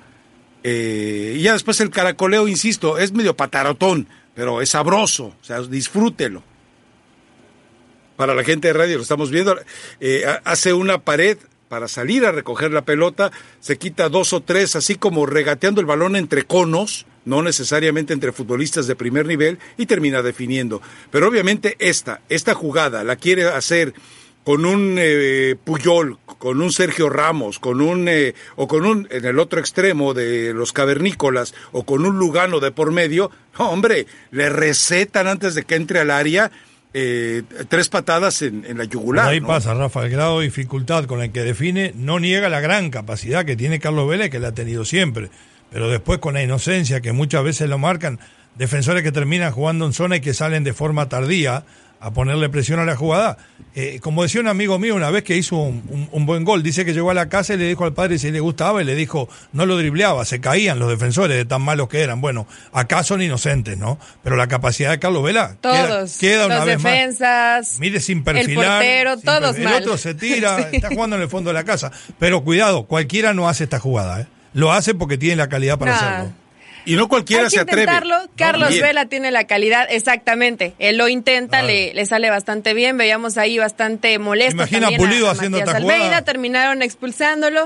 eh, y ya después el caracoleo, insisto, es medio patarotón, pero es sabroso, o sea, disfrútelo. Para la gente de radio, lo estamos viendo, eh, hace una pared para salir a recoger la pelota, se quita dos o tres, así como regateando el balón entre conos, no necesariamente entre futbolistas de primer nivel, y termina definiendo. Pero obviamente esta, esta jugada la quiere hacer con un eh, Puyol, con un Sergio Ramos, con un eh, o con un en el otro extremo de los cavernícolas, o con un Lugano de por medio, oh, hombre, le recetan antes de que entre al área eh, tres patadas en, en la yugular. Ahí ¿no? pasa, Rafa, el grado de dificultad con el que define no niega la gran capacidad que tiene Carlos Vela, que la ha tenido siempre, pero después con la inocencia que muchas veces lo marcan, defensores que terminan jugando en zona y que salen de forma tardía a ponerle presión a la jugada. Eh, como decía un amigo mío una vez que hizo un, un, un buen gol, dice que llegó a la casa y le dijo al padre si le gustaba y le dijo, no lo dribleaba, se caían los defensores de tan malos que eran. Bueno, acá son inocentes, ¿no? Pero la capacidad de Carlos Vela todos, queda, queda una los vez defensas, más. Mire sin perfilar. El portero, sin todos perfil, mal. El otro se tira, sí. Está jugando en el fondo de la casa. Pero cuidado, cualquiera no hace esta jugada, ¿eh? Lo hace porque tiene la calidad para nah. hacerlo. Y no cualquiera se atreve. Hay que intentarlo. Carlos no, Vela tiene la calidad, exactamente. Él lo intenta, le, le sale bastante bien. Veíamos ahí bastante molesto. Imagina también Pulido a, a haciendo Matías esta jugada. Almeida, terminaron expulsándolo.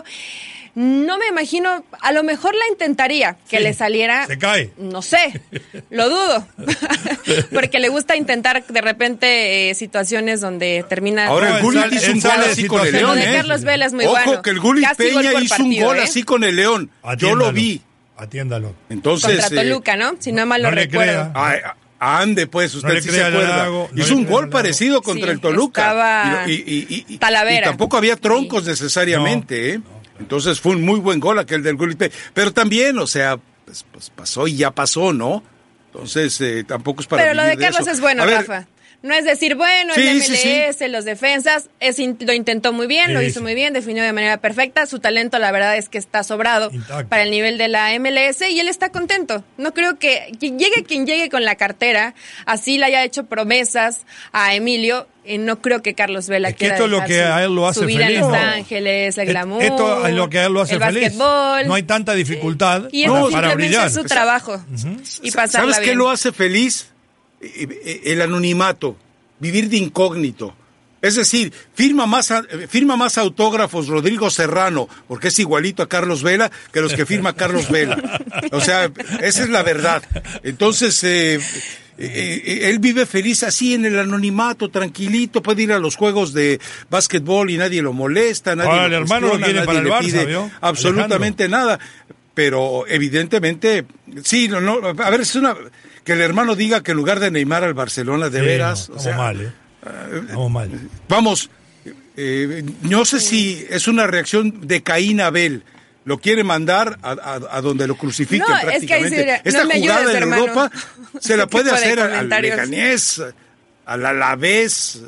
No me imagino, a lo mejor la intentaría, que sí, le saliera. Se cae. No sé, lo dudo. Porque le gusta intentar de repente eh, situaciones donde termina. Ahora el Gullit hizo un gol así con el León. Lo de Carlos Vela es muy Ojo, bueno. Ojo, que el Gullit Peña hizo partido, un gol ¿eh? así con el León. Atiéndalo. Yo lo vi. Atiéndalo. Entonces, contra Toluca, ¿no? Si no mal no lo le recuerdo. Ay, ande, pues, usted no sí se acuerda. Lago, no hizo un gol Lago. parecido contra sí, el Toluca. Estaba y, y, y, y, Talavera. Y tampoco había troncos sí. necesariamente, ¿eh? No, no, no. Entonces fue un muy buen gol aquel del Gullit Peña. Pero también, o sea, pues, pues pasó y ya pasó, ¿no? Entonces, eh, tampoco es para Pero lo de vivir Carlos eso. es bueno, A ver, Rafa. No es decir, bueno, sí, el M L S, sí, sí. los defensas, es, lo intentó muy bien, Sí, lo hizo sí. muy bien, definió de manera perfecta. Su talento, la verdad, es que está sobrado Intacto. para el nivel de la M L S y él está contento. No creo que quien llegue quien llegue con la cartera, así le haya hecho promesas a Emilio. Eh, no creo que Carlos Vela Es que quiera esto es lo dejar que su, a él lo hace su vida feliz, en Los ¿no? Ángeles, el glamour, Esto es lo que a él lo hace el feliz. básquetbol. No hay tanta dificultad Y para, eso para simplemente brillar. es su trabajo Uh-huh. y pasarla ¿Sabes bien. qué lo hace feliz? El anonimato, vivir de incógnito. Es decir, firma más, firma más autógrafos Rodrigo Serrano, porque es igualito a Carlos Vela, que los que firma Carlos Vela. O sea, esa es la verdad. Entonces, eh, eh, él vive feliz así en el anonimato, tranquilito, puede ir a los juegos de básquetbol y nadie lo molesta, nadie Ahora, lo el hermano cuestiona, lo quiere para el le Barça, pide ¿vio? absolutamente Alejandro. nada. Pero evidentemente, sí, no, no, a ver, es una que el hermano diga que en lugar de Neymar al Barcelona, de Sí, veras, no, o estamos sea, mal, ¿eh? Estamos mal. vamos, eh, no sé si es una reacción de Caín a Abel. Lo quiere mandar a, a, a donde lo crucifiquen No, prácticamente. es que ahí sí era, Esta no me jugada ayudes, en hermano. Europa se la puede Ese tipo de hacer al comentarios. Leganés, al Alavés,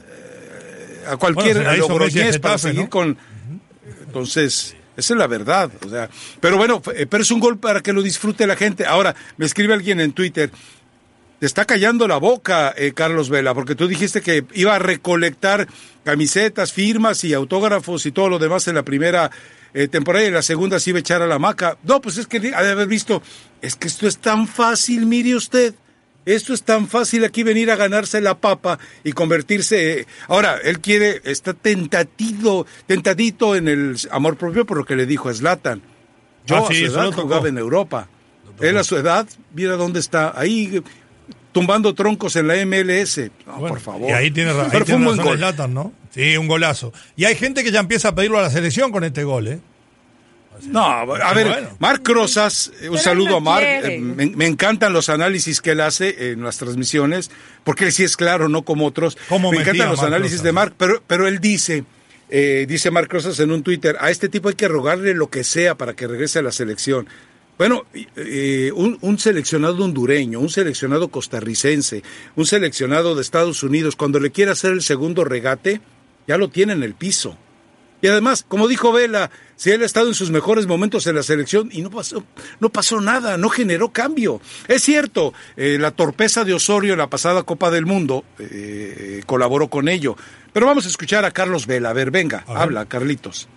eh, a cualquier, Bueno, se la a hizo Messi a Logroñés para Getafe, seguir ¿no? con... Entonces, esa es la verdad. O sea, pero bueno, eh, pero es un gol para que lo disfrute la gente. Ahora, me escribe alguien en Twitter, te está callando la boca, eh, Carlos Vela, porque tú dijiste que iba a recolectar camisetas, firmas y autógrafos y todo lo demás en la primera eh, temporada, y en la segunda se iba a echar a la hamaca. No, pues es que ha de haber visto, es que esto es tan fácil, mire usted, esto es tan fácil aquí venir a ganarse la papa y convertirse. Eh, ahora, él quiere, está tentativo, tentadito en el amor propio por lo que le dijo a Zlatan. Yo Ah, sí, a su eso edad lo tocó. jugaba en Europa. Él a su edad, mira dónde está, ahí tumbando troncos en la M L S. No, Bueno, por favor. Y ahí tiene, ra- ahí Pero fue tiene un buen razón gol. Zlatan, ¿no? Sí, un golazo. Y hay gente que ya empieza a pedirlo a la selección con este gol, ¿eh? No, a ver, bueno. Marc Rosas, eh, un Pero saludo no a Marc. quiere. eh, me, me encantan los análisis que él hace en las transmisiones, porque él sí es claro, no como otros. ¿Cómo Me metía encantan los Marc análisis Rosas? de Marc, pero, pero él dice, eh, dice Marc Rosas en un Twitter, a este tipo hay que rogarle lo que sea para que regrese a la selección. Bueno, eh, un, un seleccionado hondureño, un seleccionado costarricense, un seleccionado de Estados Unidos, cuando le quiera hacer el segundo regate, ya lo tiene en el piso. Y además, como dijo Vela, si él ha estado en sus mejores momentos en la selección y no pasó, no pasó nada, no generó cambio. Es cierto, eh, la torpeza de Osorio en la pasada Copa del Mundo eh, colaboró con ello. Pero vamos a escuchar a Carlos Vela. A ver, venga, A ver. habla, Carlitos.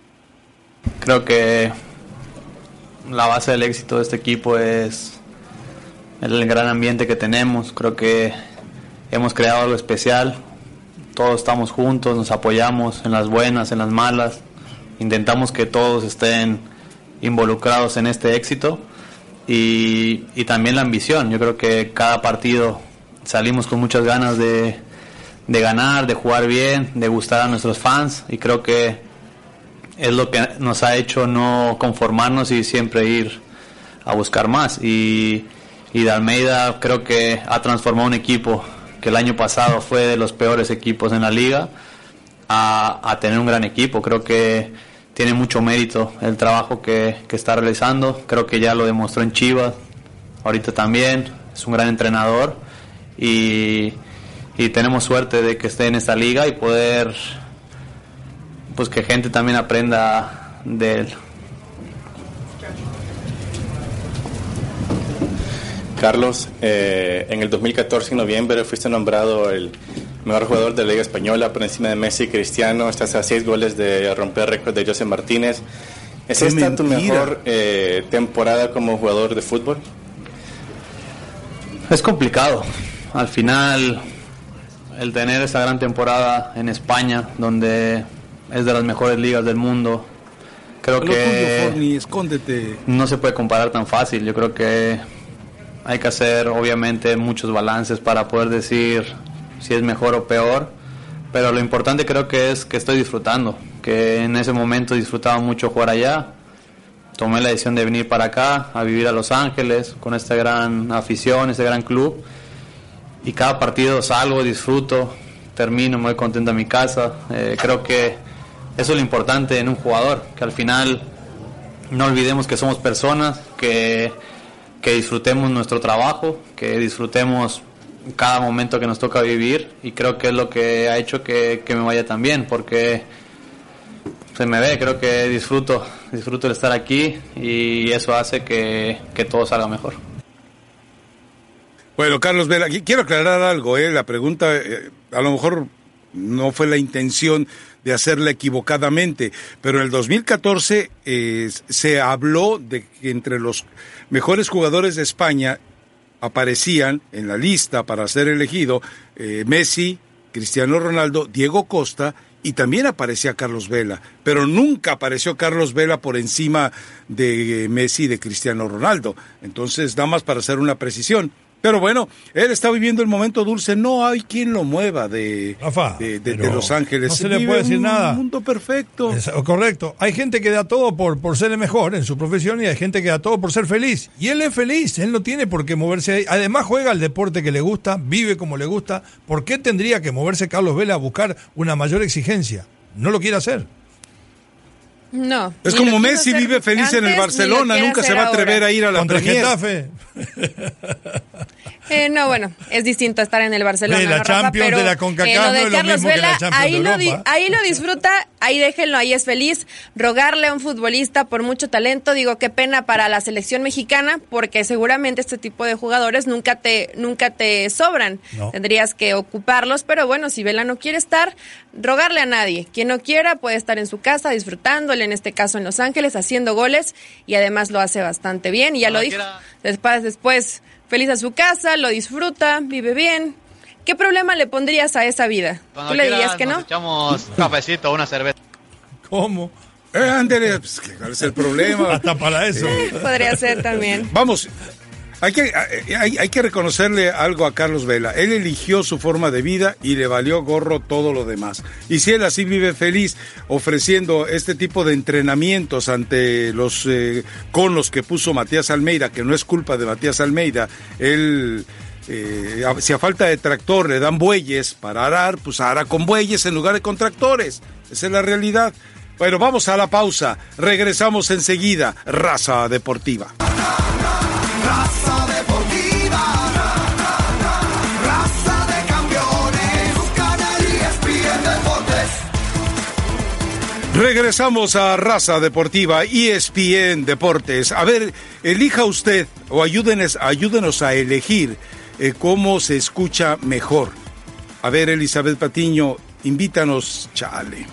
Creo que la base del éxito de este equipo es el gran ambiente que tenemos. Creo que hemos creado algo especial. Todos estamos juntos, nos apoyamos en las buenas, en las malas. Intentamos que todos estén involucrados en este éxito. Y, y también la ambición. Yo creo que cada partido salimos con muchas ganas de, de ganar, de jugar bien, de gustar a nuestros fans. Y creo que es lo que nos ha hecho no conformarnos y siempre ir a buscar más. Y, y de Almeida creo que ha transformado un equipo que el año pasado fue de los peores equipos en la liga a, a tener un gran equipo. Creo que tiene mucho mérito el trabajo que, que está realizando. Creo que ya lo demostró en Chivas, ahorita también. Es un gran entrenador y, y tenemos suerte de que esté en esta liga y poder, pues que gente también aprenda de él. Carlos, eh, en el dos mil catorce, en noviembre, fuiste nombrado el mejor jugador de la Liga Española por encima de Messi y Cristiano. Estás a seis goles de romper récord de José Martínez. ¿Es ¡Qué esta tu mentira! mejor eh, temporada como jugador de fútbol? Es complicado. Al final, el tener esa gran temporada en España, donde es de las mejores ligas del mundo, creo Lo tuyo, que Forni, escóndete. no se puede comparar tan fácil. Yo creo que hay que hacer obviamente muchos balances para poder decir si es mejor o peor, pero lo importante creo que es que estoy disfrutando, que en ese momento disfrutaba mucho jugar allá. Tomé la decisión de venir para acá, a vivir a Los Ángeles, con esta gran afición, este gran club, y cada partido salgo, disfruto, termino, me voy contento a mi casa. Eh, creo que eso es lo importante en un jugador, que al final no olvidemos que somos personas, que que disfrutemos nuestro trabajo, que disfrutemos cada momento que nos toca vivir, y creo que es lo que ha hecho que, que me vaya tan bien, porque se me ve, creo que disfruto, disfruto el estar aquí y eso hace que, que todo salga mejor. Bueno, Carlos Vela, aquí quiero aclarar algo, ¿eh? La pregunta, eh, a lo mejor no fue la intención de hacerla equivocadamente, pero en el dos mil catorce eh, se habló de que entre los mejores jugadores de España aparecían en la lista para ser elegido eh, Messi, Cristiano Ronaldo, Diego Costa, y también aparecía Carlos Vela, pero nunca apareció Carlos Vela por encima de Messi y de Cristiano Ronaldo. Entonces, nada más para hacer una precisión. Pero bueno, él está viviendo el momento dulce, no hay quien lo mueva de, Rafa, de, de, de Los Ángeles. No se le puede decir un nada. Un mundo perfecto. Es, correcto. Hay gente que da todo por, por ser el mejor en su profesión y hay gente que da todo por ser feliz. Y él es feliz, él no tiene por qué moverse ahí. Además juega el deporte que le gusta, vive como le gusta. ¿Por qué tendría que moverse Carlos Vela a buscar una mayor exigencia? No lo quiere hacer. No. Es como Messi vive feliz en el Barcelona, nunca se va a atrever ahora. a ir a la Contra Premier. Getafe. Eh, no, bueno, es distinto estar en el Barcelona, de la ¿no, Rafa? Champions Pero, de la CONCACAF eh, lo de no es lo Carlos mismo que Vela, la Champions ahí de lo, di, Europa. ahí lo disfruta, ahí déjenlo, ahí es feliz. Rogarle a un futbolista por mucho talento, digo, qué pena para la selección mexicana, porque seguramente este tipo de jugadores nunca te, nunca te sobran. No. Tendrías que ocuparlos, pero bueno, si Vela no quiere estar, rogarle a nadie. Quien no quiera puede estar en su casa disfrutándole, en este caso en Los Ángeles, haciendo goles, y además lo hace bastante bien, y ya no lo dijo. Quiera. Después, después... feliz a su casa, lo disfruta, vive bien. ¿Qué problema le pondrías a esa vida? Cuando ¿Tú le dirías que nos no? Echamos un cafecito o una cerveza. ¿Cómo? Eh, ándale, pues, ¿cuál es el problema? Hasta para eso. Eh, podría ser también. Vamos, hay que, hay, hay que reconocerle algo a Carlos Vela. Él eligió su forma de vida y le valió gorro todo lo demás. Y si él así vive feliz, ofreciendo este tipo de entrenamientos ante los eh, con los que puso Matías Almeida, que no es culpa de Matías Almeida, él... Eh, si a falta de tractor le dan bueyes para arar, pues hará con bueyes en lugar de con tractores. Esa es la realidad. Bueno, vamos a la pausa. Regresamos enseguida. Raza Deportiva. Raza Deportiva, raza de campeones, Canal E S P N Deportes. Regresamos a Raza Deportiva, E S P N Deportes. A ver, elija usted o ayúdenos, ayúdenos a elegir eh, cómo se escucha mejor. A ver, Elizabeth Patiño, invítanos, chale.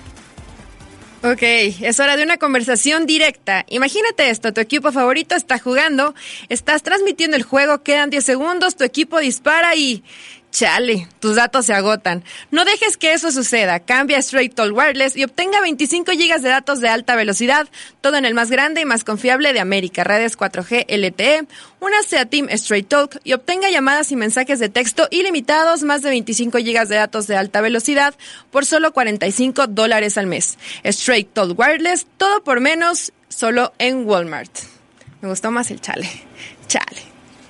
Ok, es hora de una conversación directa. Imagínate esto, tu equipo favorito está jugando, estás transmitiendo el juego, quedan diez segundos, tu equipo dispara y... chale, tus datos se agotan. No dejes que eso suceda. Cambia a Straight Talk Wireless y obtenga veinticinco gigas de datos de alta velocidad, todo en el más grande y más confiable de América, redes cuatro G L T E. Únase a Team Straight Talk y obtenga llamadas y mensajes de texto ilimitados, más de veinticinco gigas de datos de alta velocidad por solo cuarenta y cinco dólares al mes. Straight Talk Wireless, todo por menos, solo en Walmart. Me gustó más el chale. Chale.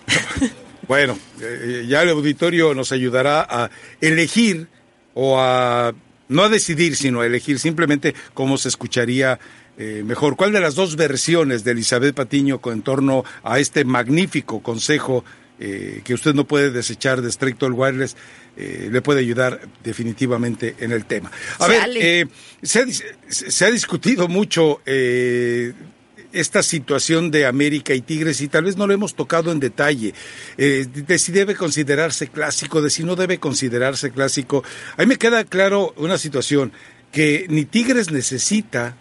Bueno, eh, ya el auditorio nos ayudará a elegir o a no a decidir, sino a elegir simplemente cómo se escucharía eh, mejor. ¿Cuál de las dos versiones de Elizabeth Patiño con torno a este magnífico consejo eh, que usted no puede desechar de Straight Talk Wireless eh, le puede ayudar definitivamente en el tema? A ver, eh, se, ha, se ha discutido mucho eh, esta situación de América y Tigres y tal vez no lo hemos tocado en detalle, eh, de si debe considerarse clásico, de si no debe considerarse clásico. A mí me queda claro una situación, que ni Tigres necesita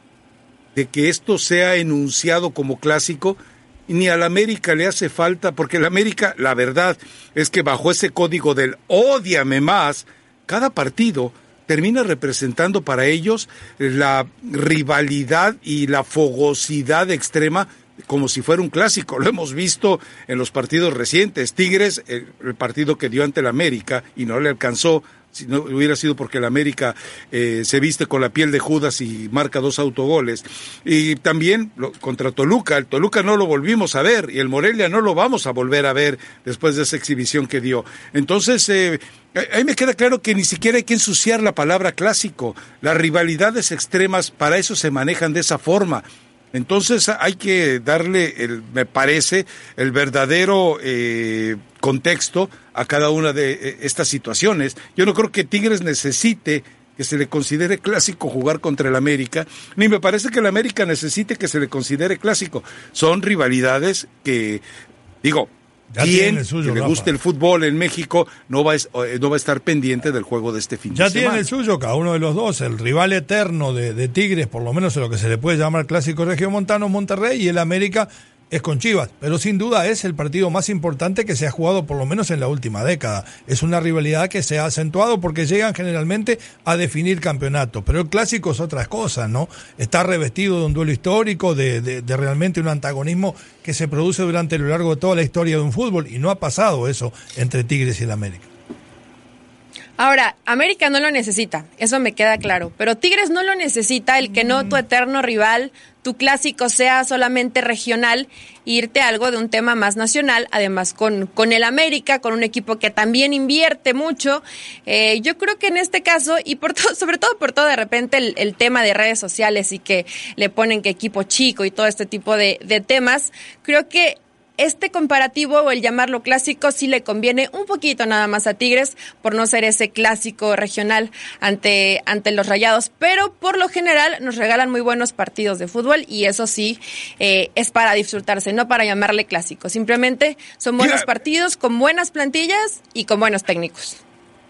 de que esto sea enunciado como clásico, ni a la América le hace falta, porque la América, la verdad, es que bajo ese código del ódiame más, cada partido termina representando para ellos la rivalidad y la fogosidad extrema como si fuera un clásico. Lo hemos visto en los partidos recientes. Tigres, el, el partido que dio ante el América y no le alcanzó, si no hubiera sido porque el América eh, se viste con la piel de Judas y marca dos autogoles. Y también lo, contra Toluca, el Toluca no lo volvimos a ver y el Morelia no lo vamos a volver a ver después de esa exhibición que dio. Entonces, eh, ahí me queda claro que ni siquiera hay que ensuciar la palabra clásico. Las rivalidades extremas para eso se manejan de esa forma. Entonces hay que darle, el, me parece, el verdadero eh, contexto a cada una de eh, estas situaciones. Yo no creo que Tigres necesite que se le considere clásico jugar contra el América, ni me parece que el América necesite que se le considere clásico. Son rivalidades que, digo, ya quien suyo, que le guste el fútbol en México no va, a, no va a estar pendiente del juego de este fin ya de semana. Ya tiene el suyo cada uno de los dos, el rival eterno de, de Tigres, por lo menos en lo que se le puede llamar clásico regiomontano, Monterrey, y el América es con Chivas, pero sin duda es el partido más importante que se ha jugado por lo menos en la última década. Es una rivalidad que se ha acentuado porque llegan generalmente a definir campeonato, pero el clásico es otra cosa, ¿no? Está revestido de un duelo histórico, de, de, de realmente un antagonismo que se produce durante lo largo de toda la historia de un fútbol, y no ha pasado eso entre Tigres y el América. Ahora, América no lo necesita, eso me queda claro, pero Tigres no lo necesita, el que no tu eterno rival, tu clásico sea solamente regional, e irte a algo de un tema más nacional, además con, con el América, con un equipo que también invierte mucho. Eh, yo creo que en este caso, y por todo, sobre todo por todo de repente el, el tema de redes sociales y que le ponen que equipo chico y todo este tipo de, de temas, creo que este comparativo o el llamarlo clásico sí le conviene un poquito nada más a Tigres por no ser ese clásico regional ante, ante los Rayados, pero por lo general nos regalan muy buenos partidos de fútbol y eso sí eh, es para disfrutarse, no para llamarle clásico, simplemente son buenos Mira, partidos con buenas plantillas y con buenos técnicos.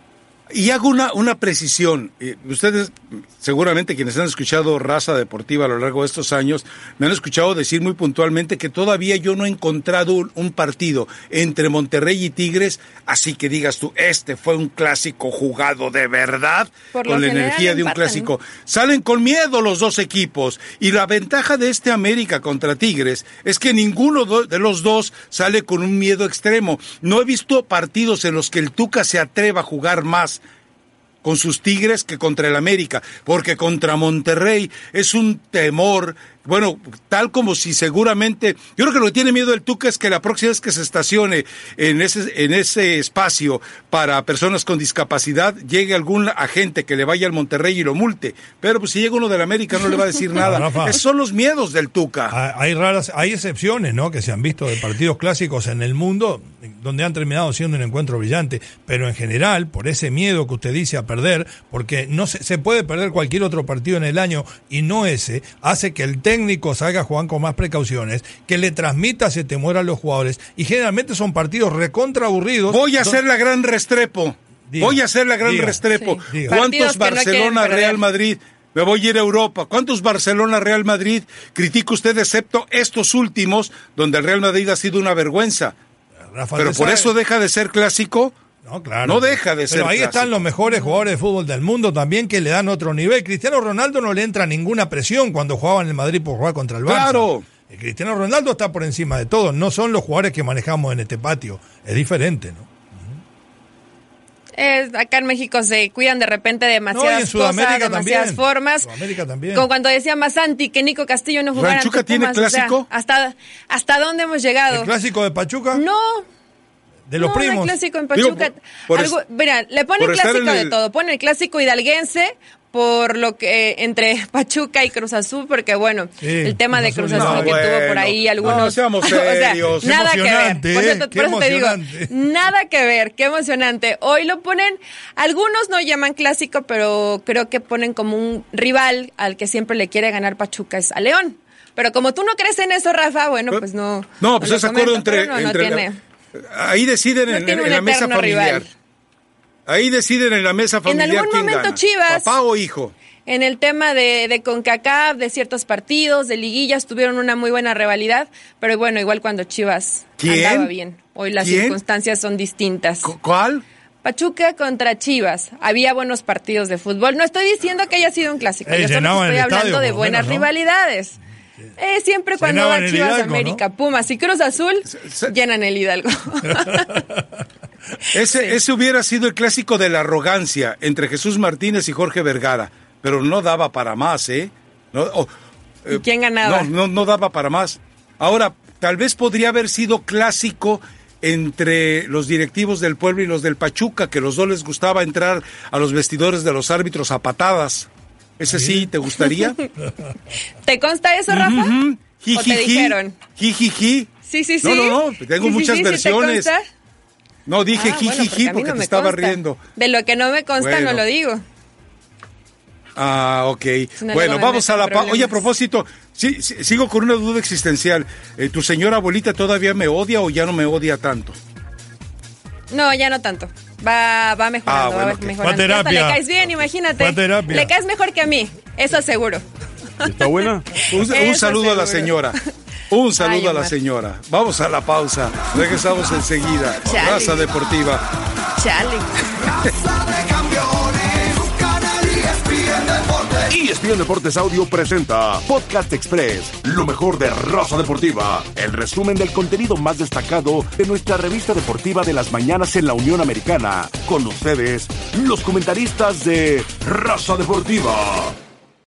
Y hago una, una precisión. Eh, ustedes, seguramente quienes han escuchado Raza Deportiva a lo largo de estos años, me han escuchado decir muy puntualmente que todavía yo no he encontrado un, un partido entre Monterrey y Tigres, así que digas tú, este fue un clásico jugado de verdad, con la energía de un empatan, clásico. ¿No? Salen con miedo los dos equipos, y la ventaja de este América contra Tigres es que ninguno de los dos sale con un miedo extremo. No he visto partidos en los que el Tuca se atreva a jugar más con sus Tigres que contra el América, porque contra Monterrey es un temor, bueno, tal como si seguramente, yo creo que lo que tiene miedo el Tuca es que la próxima vez que se estacione en ese, en ese espacio para personas con discapacidad, llegue algún agente que le vaya al Monterrey y lo multe, pero pues si llega uno del América no le va a decir nada. Rafa, esos son los miedos del Tuca. Hay raras, hay excepciones, ¿no?, que se han visto de partidos clásicos en el mundo donde han terminado siendo un encuentro brillante, pero en general, por ese miedo que usted dice a perder, porque no se, se puede perder cualquier otro partido en el año y no ese, hace que el técnico salga a jugar con más precauciones, que le transmita ese temor a los jugadores, y generalmente son partidos recontra aburridos. Voy a hacer la gran Restrepo, diga, voy a hacer la gran diga, Restrepo. Sí, ¿cuántos Barcelona, no Real Madrid? Me voy a ir a Europa. ¿Cuántos Barcelona, Real Madrid critica usted, excepto estos últimos, donde el Real Madrid ha sido una vergüenza? Rafa, pero por eso deja de ser clásico. No, claro. No deja de ser Pero ahí clásico. Están los mejores jugadores de fútbol del mundo también, que le dan otro nivel. Cristiano Ronaldo no le entra ninguna presión cuando jugaba en el Madrid por jugar contra el Barça. Claro. El Cristiano Ronaldo está por encima de todo. No son los jugadores que manejamos en este patio. Es diferente, ¿no? Eh, acá en México se cuidan de repente demasiadas no, cosas, demasiadas también. formas. Sudamérica también. Como cuando decía Masanti que Nico Castillo no jugara ante Pumas. ¿Tiene clásico? O sea, ¿hasta, ¿Hasta dónde hemos llegado? ¿El clásico de Pachuca? No. De los no, primos. No, el clásico en Pachuca. Digo, por, por algo, es, mira, le pone el clásico el... de todo. Pone el clásico hidalguense por lo que eh, entre Pachuca y Cruz Azul, porque bueno, sí, el tema de Cruz Azul no, que bueno, tuvo por ahí algunos. No, seamos serios. O sea, nada que ver. Por eso, por eso te digo, nada que ver. Qué emocionante. Hoy lo ponen, algunos no llaman clásico, pero creo que ponen como un rival al que siempre le quiere ganar Pachuca, es a León. Pero como tú no crees en eso, Rafa, bueno, pues no. No, pues no es acuerdo entre. No, entre no tiene. La... Ahí deciden en, en, en la mesa familiar. Rival. Ahí deciden en la mesa familiar. En algún quién momento gana, Chivas, papá o hijo. En el tema de, de CONCACAF, de ciertos partidos, de liguillas, tuvieron una muy buena rivalidad, pero bueno, igual cuando Chivas ¿Quién? andaba bien. Hoy las ¿Quién? circunstancias son distintas. ¿Cuál? Pachuca contra Chivas. Había buenos partidos de fútbol. No estoy diciendo que haya sido un clásico, eh, yo solo estoy hablando estadio, de buenas menos, ¿no? rivalidades. Eh, siempre cuando va Chivas, Hidalgo, América, ¿no? Pumas y Cruz Azul, se, se... llenan el Hidalgo. ese, sí. ese hubiera sido el clásico de la arrogancia entre Jesús Martínez y Jorge Vergara, pero no daba para más, ¿eh? No, oh, eh ¿Y quién ganaba? No, no, no daba para más. Ahora, tal vez podría haber sido clásico entre los directivos del Puebla y los del Pachuca, que los dos les gustaba entrar a los vestidores de los árbitros a patadas. ¿Ese sí te gustaría? ¿Te consta eso, Rafa? Uh-huh. Ji, ¿O ji, te dijeron? Ji, ji, ji. Sí, sí, sí. No, no, no, tengo sí, muchas sí, sí, versiones. ¿sí te consta? No, dije ah, ji, bueno, ji, ji, porque no te estaba consta. riendo. De lo que no me consta bueno. no lo digo. Ah, ok. No bueno, vamos a la pausa. Oye, a propósito, sí, sí, sigo con una duda existencial. Eh, ¿Tu señora abuelita todavía me odia o ya no me odia tanto? No, ya no tanto. Va, va mejorando, ah, bueno, va okay. mejorando. Terapia. Le caes bien, imagínate. Le caes mejor que a mí, eso seguro. ¿Está buena? Un, un saludo seguro. a la señora. Un saludo Ay, a la señora. Vamos a la pausa. Regresamos enseguida. Chale. Raza Deportiva. Chale. Raza de campeones, su canal E S P N Deportes. E S P N Deportes Audio presenta Podcast Express, lo mejor de Raza Deportiva, el resumen del contenido más destacado de nuestra revista deportiva de las mañanas en la Unión Americana. Con ustedes, los comentaristas de Raza Deportiva.